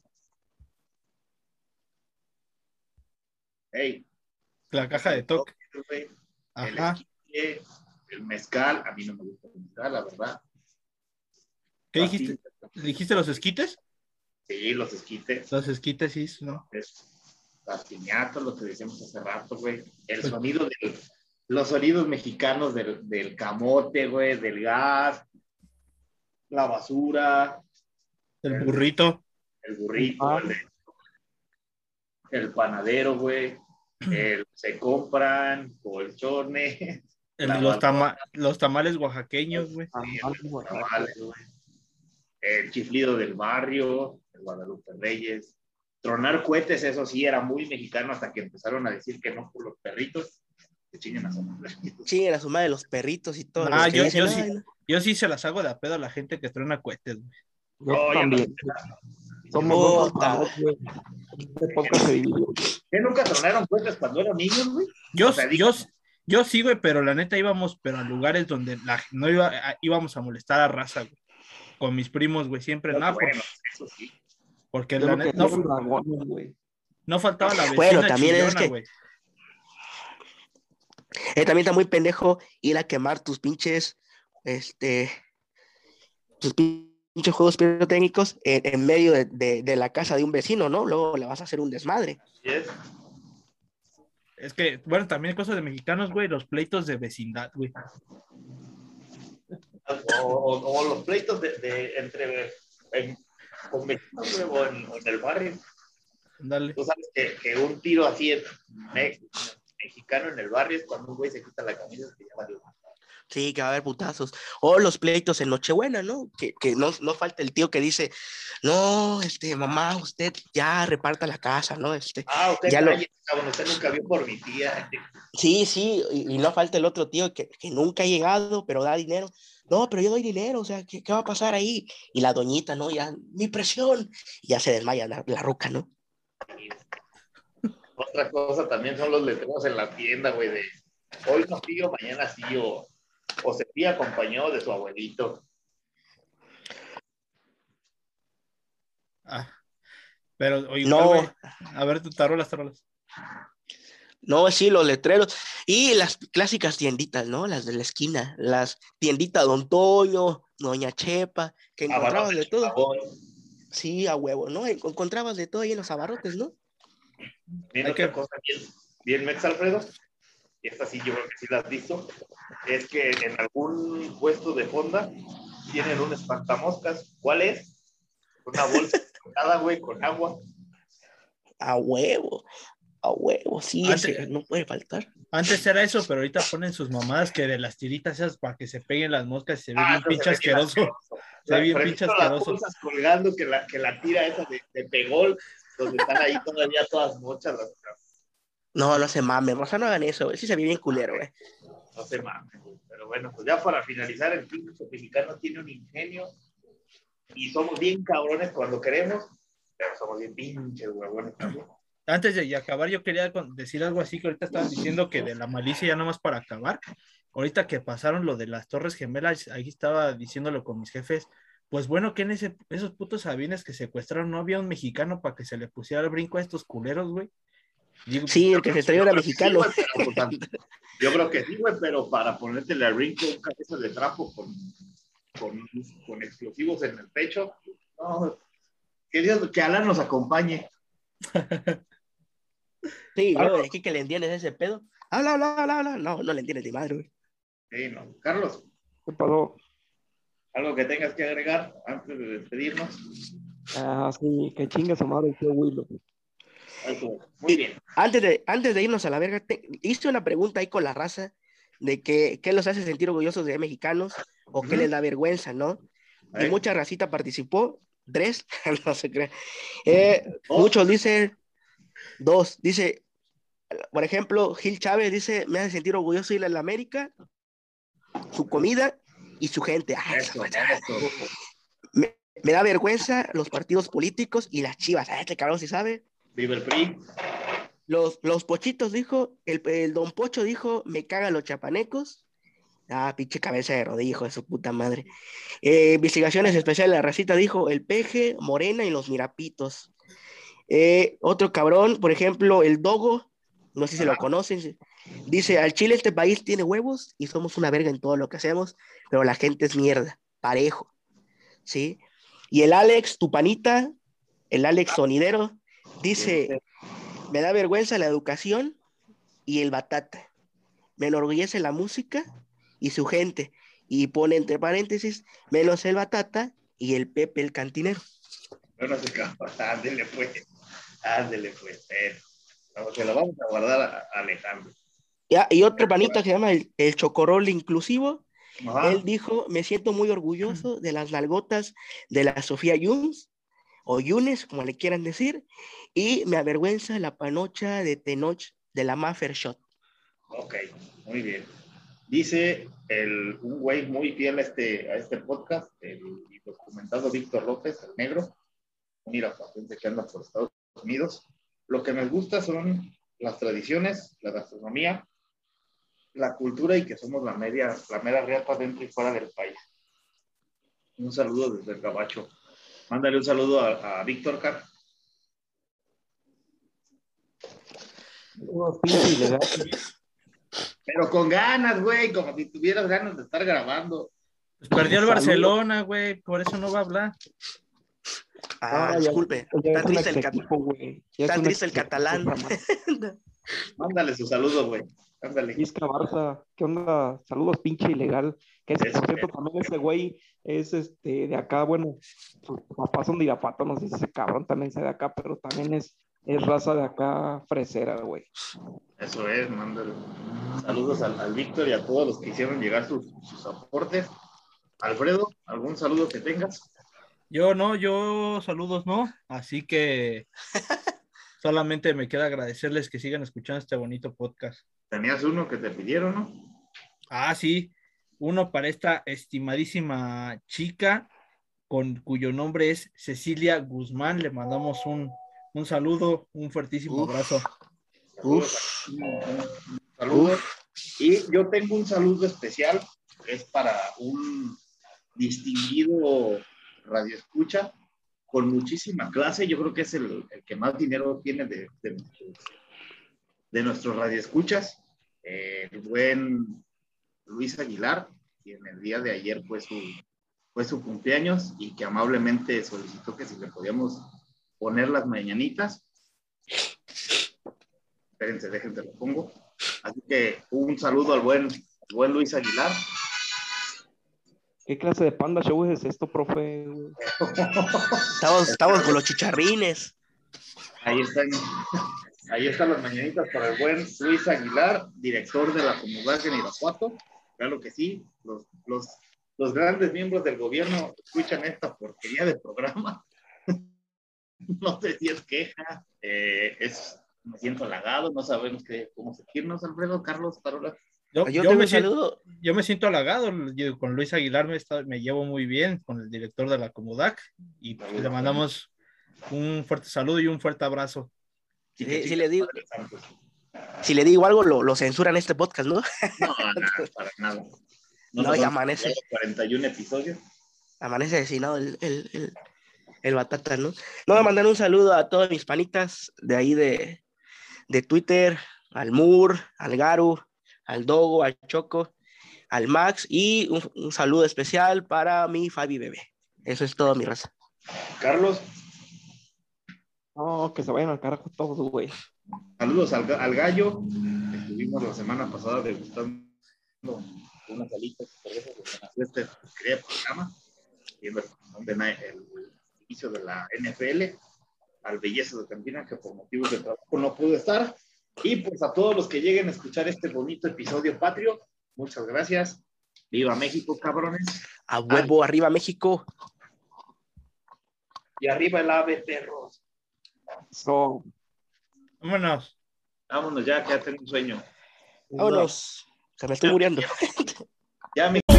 Hey. La caja de toque. Güey. El Ajá. esquife, el mezcal. A mí no me gusta el mezcal, la verdad. ¿Qué dijiste? ¿Dijiste los esquites? Sí, los esquites. Los esquites, sí, ¿no? Es las piñatas, lo que decíamos hace rato, güey. El sonido del, los sonidos mexicanos del, del camote, güey, del gas, la basura, El burrito. el burrito, Ah. el, de- el panadero, güey. El, se compran colchones, El, La los, bal- tama- los tamales oaxaqueños, güey. Ah, sí, ah, el, güey. tamales, güey. El chiflido del barrio, el Guadalupe Reyes. Tronar cohetes, eso sí, era muy mexicano hasta que empezaron a decir que no por los perritos. Que chinguen a su madre. Chinguen a su madre los perritos y todo. Ah, los que yo- dicen, yo sí. "Ay, no". Yo sí se las hago de a pedo a la gente que truena cohetes, güey. Yo No, ya también. no. Somos dos Puta. hermanos, güey. Este podcast se dividió. ¿Qué nunca tronaron cohetes cuando eran niños, güey? Yo, O sea, yo, yo sí, güey, pero la neta íbamos, pero a lugares donde la, no iba, a- íbamos a molestar a raza, güey. Con mis primos, güey, siempre, nada, por- Bueno, eso sí. porque Yo la lo que neta hacía no, eran dragones, güey. no faltaba la vecina Bueno, también es chillona, que- güey. Eh, también está muy pendejo ir a quemar tus pinches, este, tus pinches juegos pirotécnicos en, en medio de, de- de la casa de un vecino, ¿no? Luego le vas a hacer un desmadre. Así es. Es que, bueno, también cosas de mexicanos, güey, los pleitos de vecindad, güey. O, o, o los pleitos de, de entre en, con vecinos, güey, o en, o en el barrio. Dale. Tú sabes que, que un tiro así en me, mexicano en el barrio es cuando un güey se quita la camisa y se llama Dios. Sí, que va a haber putazos. O los pleitos en Nochebuena, ¿no? Que, que no, no falta el tío que dice, no, este, mamá, usted ya reparta la casa, ¿no? Este, Ah, usted ya lo... calle, cabrón, usted nunca vio por mi tía. Sí, sí, y, y no falta el otro tío que, que nunca ha llegado, pero da dinero. No, pero yo doy dinero, o sea, ¿qué, qué va a pasar ahí? Y la doñita, ¿no? Ya, mi presión. Y ya se desmaya la, la ruca, ¿no? Otra cosa también son los letreros en la tienda, güey, de hoy no tío, mañana sí, o, o se tía acompañó de su abuelito. Ah, pero, oye, No. güey, a ver, tu tarolas, tarolas. No, sí, los letreros. Y las clásicas tienditas, ¿no? Las de la esquina. Las tienditas Don Toño, Doña Chepa, que encontrabas Abarrotes de de todo. jabón. Sí, a huevo, ¿no? En- Encontrabas de todo ahí en los abarrotes, ¿no? Bien, Hay otra que- cosa bien, bien Mex Alfredo, y esta sí yo creo que sí la has visto, es que en algún puesto de fonda tienen un espantamoscas. ¿Cuál es? Una bolsa cada güey con agua. A huevo, a huevo, sí, Antes- ese no puede faltar. Antes era eso, pero ahorita ponen sus mamadas que de las tiritas esas para que se peguen las moscas y se ve Ah, bien eso pinche se ve bien asqueroso. asqueroso. Se ve bien Prefiero pinche las asqueroso. bolsas colgando que la, que la tira esa de, de pegol, donde están ahí todavía todas mochas. Las, No, no se mames, Rosa, no hagan eso, güey. Sí se ve bien culero, güey. no se mames, güey. Pero bueno, pues ya para finalizar, el pinche mexicano tiene un ingenio y somos bien cabrones cuando queremos, pero somos bien pinches huevones también. Antes de acabar, yo quería con- decir algo así que ahorita estaban diciendo que de la malicia ya nomás para acabar. Ahorita que pasaron lo de las Torres Gemelas, ahí estaba diciéndolo con mis jefes. Pues bueno, que en ese, esos putos aviones que secuestraron no había un mexicano para que se le pusiera el brinco a estos culeros, güey. Digo, Sí, el que se traía era mexicano. Sí, güey, pero, pues, yo creo que sí, güey, pero para ponerte la ring con cabeza de trapo con, con, con explosivos en el pecho, no, que Dios, que Alá nos acompañe. Sí, Carlos. luego de aquí que le entiendes ese pedo. Habla, habla, habla, habla. No, no le entiendes de madre, güey. Sí, no. Carlos, ¿Qué pasó? algo que tengas que agregar antes de despedirnos. Ah, sí, que chinga su madre el tío Willow. Muy bien. Antes de, antes de irnos a la verga, te, hice una pregunta ahí con la raza de que, qué los hace sentir orgullosos de mexicanos o qué Ujú. les da vergüenza, ¿no? Y Ahí. mucha racita participó, tres, no se cree. Eh, Dos. muchos dicen, dos, dice, por ejemplo, Gil Chávez dice, me hace sentir orgulloso ir a la América, su comida y su gente. Ay, Eso, eso, eso. me, me da vergüenza los partidos políticos y las chivas. Ay, este cabrón sí sabe. Vive el P R I. Los, los pochitos dijo, el, el don Pocho dijo, me cagan los chapanecos. Ah, pinche cabeza de rodillo, hijo de su puta madre. Eh, investigaciones especiales, la racita dijo, el peje, Morena y los mirapitos. Eh, otro cabrón, por ejemplo, el Dogo, no sé si lo conocen, dice, al Chile este país tiene huevos y somos una verga en todo lo que hacemos, pero la gente es mierda, parejo, ¿sí? Y el Alex, tu panita, el Alex sonidero, dice, me da vergüenza la educación y el batata. Me enorgullece la música y su gente. Y pone entre paréntesis, menos el batata y el Pepe el cantinero. Bueno, se acabó. Ándele pues. Ándele pues. Eh. No, se lo vamos a guardar a, a Alejandro. Ya, y otro panita que se llama el, el Chocorrol Inclusivo. Ajá. Él dijo, me siento muy orgulloso de las nalgotas de la Sofía Yunes, o Yunes, como le quieran decir, y me avergüenza la panocha de Tenoch de la Maffer Shot. Ok, muy bien. Dice el, un güey muy fiel a este, a este podcast, el documentado Víctor López, el negro, un irapaciente que anda por Estados Unidos. Lo que me gusta son las tradiciones, la gastronomía, la cultura y que somos la media, la mera riata dentro y fuera del país. Un saludo desde el Gabacho. Mándale un saludo a, a Víctor Car. Unos pinches ilegales. Pero con ganas, güey, como si tuvieras ganas de estar grabando. Pues perdió el Salud. Barcelona, güey, por eso no va a hablar. Ah, Ah, ya- disculpe, ya está es un triste el, ex cat- equipo, güey. Ya está es un triste el ex equipo, catalán. hermano. Mándale su saludo, güey. Ándale. Isca Barza, ¿qué onda? Saludos, pinche ilegal. Que es, Eso, por cierto, güey. también ese güey es este de acá, bueno, sus papás son de Irapuato, no sé si ese cabrón también sea de acá, pero también es, es raza de acá fresera, güey. Eso es, mándale. Saludos al, al Víctor y a todos los que hicieron llegar sus, sus aportes. Alfredo, ¿algún saludo que tengas? Yo no, yo saludos no, así que solamente me queda agradecerles que sigan escuchando este bonito podcast. Tenías uno que te pidieron, ¿no? Ah, sí, uno para esta estimadísima chica con cuyo nombre es Cecilia Guzmán. Le mandamos un, un saludo, un fuertísimo Uf, abrazo. Saludos. uf, Un, un saludo. uf. Y yo tengo un saludo especial, que es para un distinguido radioescucha con muchísima clase. Yo creo que es el, el que más dinero tiene de, de, nuestros, de nuestros radioescuchas. Eh, el buen Luis Aguilar, quien el día de ayer fue su, fue su cumpleaños y que amablemente solicitó que si le podíamos poner las mañanitas. Espérense, déjense lo pongo. Así que un saludo al buen, al buen Luis Aguilar. ¿Qué clase de panda show es esto, profe? Estamos, estamos con los chicharrines. Ahí están, ahí están las mañanitas para el buen Luis Aguilar, director de la Comunidad en Irapuato. Claro que sí, los, los, los grandes miembros del gobierno escuchan esta porquería de programa. No sé si es queja, eh, es, me siento halagado, no sabemos qué, cómo sentirnos, Alfredo, Carlos, Carola. Yo, Yo yo, tengo me un siento, saludo. yo me siento halagado. Yo con Luis Aguilar me, está, me llevo muy bien, con el director de la Comudac, y pues, le mandamos un fuerte saludo y un fuerte abrazo. Si, si, le digo, si le digo algo, lo, lo censuran este podcast, ¿no? No, nada, para nada. No, no y amanece. cuarenta y un episodios. Amanece asesinado el, el, el, el batata, ¿no? No, me mandan un saludo a todos mis panitas de ahí de, de Twitter, al Mur, al Garu, al Dogo, al Choco, al Max, y un, un saludo especial para mi Fabi bebé. Eso es todo, mi raza. Carlos. No, que se vayan al carajo todos, güey. Saludos al, al gallo. Estuvimos la semana pasada degustando unas alitas cervezas de nació este programa, viendo el, el inicio de la N F L, al Belleza de Campina, que por motivos de trabajo no pudo estar. Y pues a todos los que lleguen a escuchar este bonito episodio patrio, muchas gracias. ¡Viva México, cabrones! A huevo, ah. Arriba México. Y arriba el ave, perros. So. Vámonos. Vámonos ya, que ya tengo un sueño. Vámonos. Se me estoy muriendo. Ya me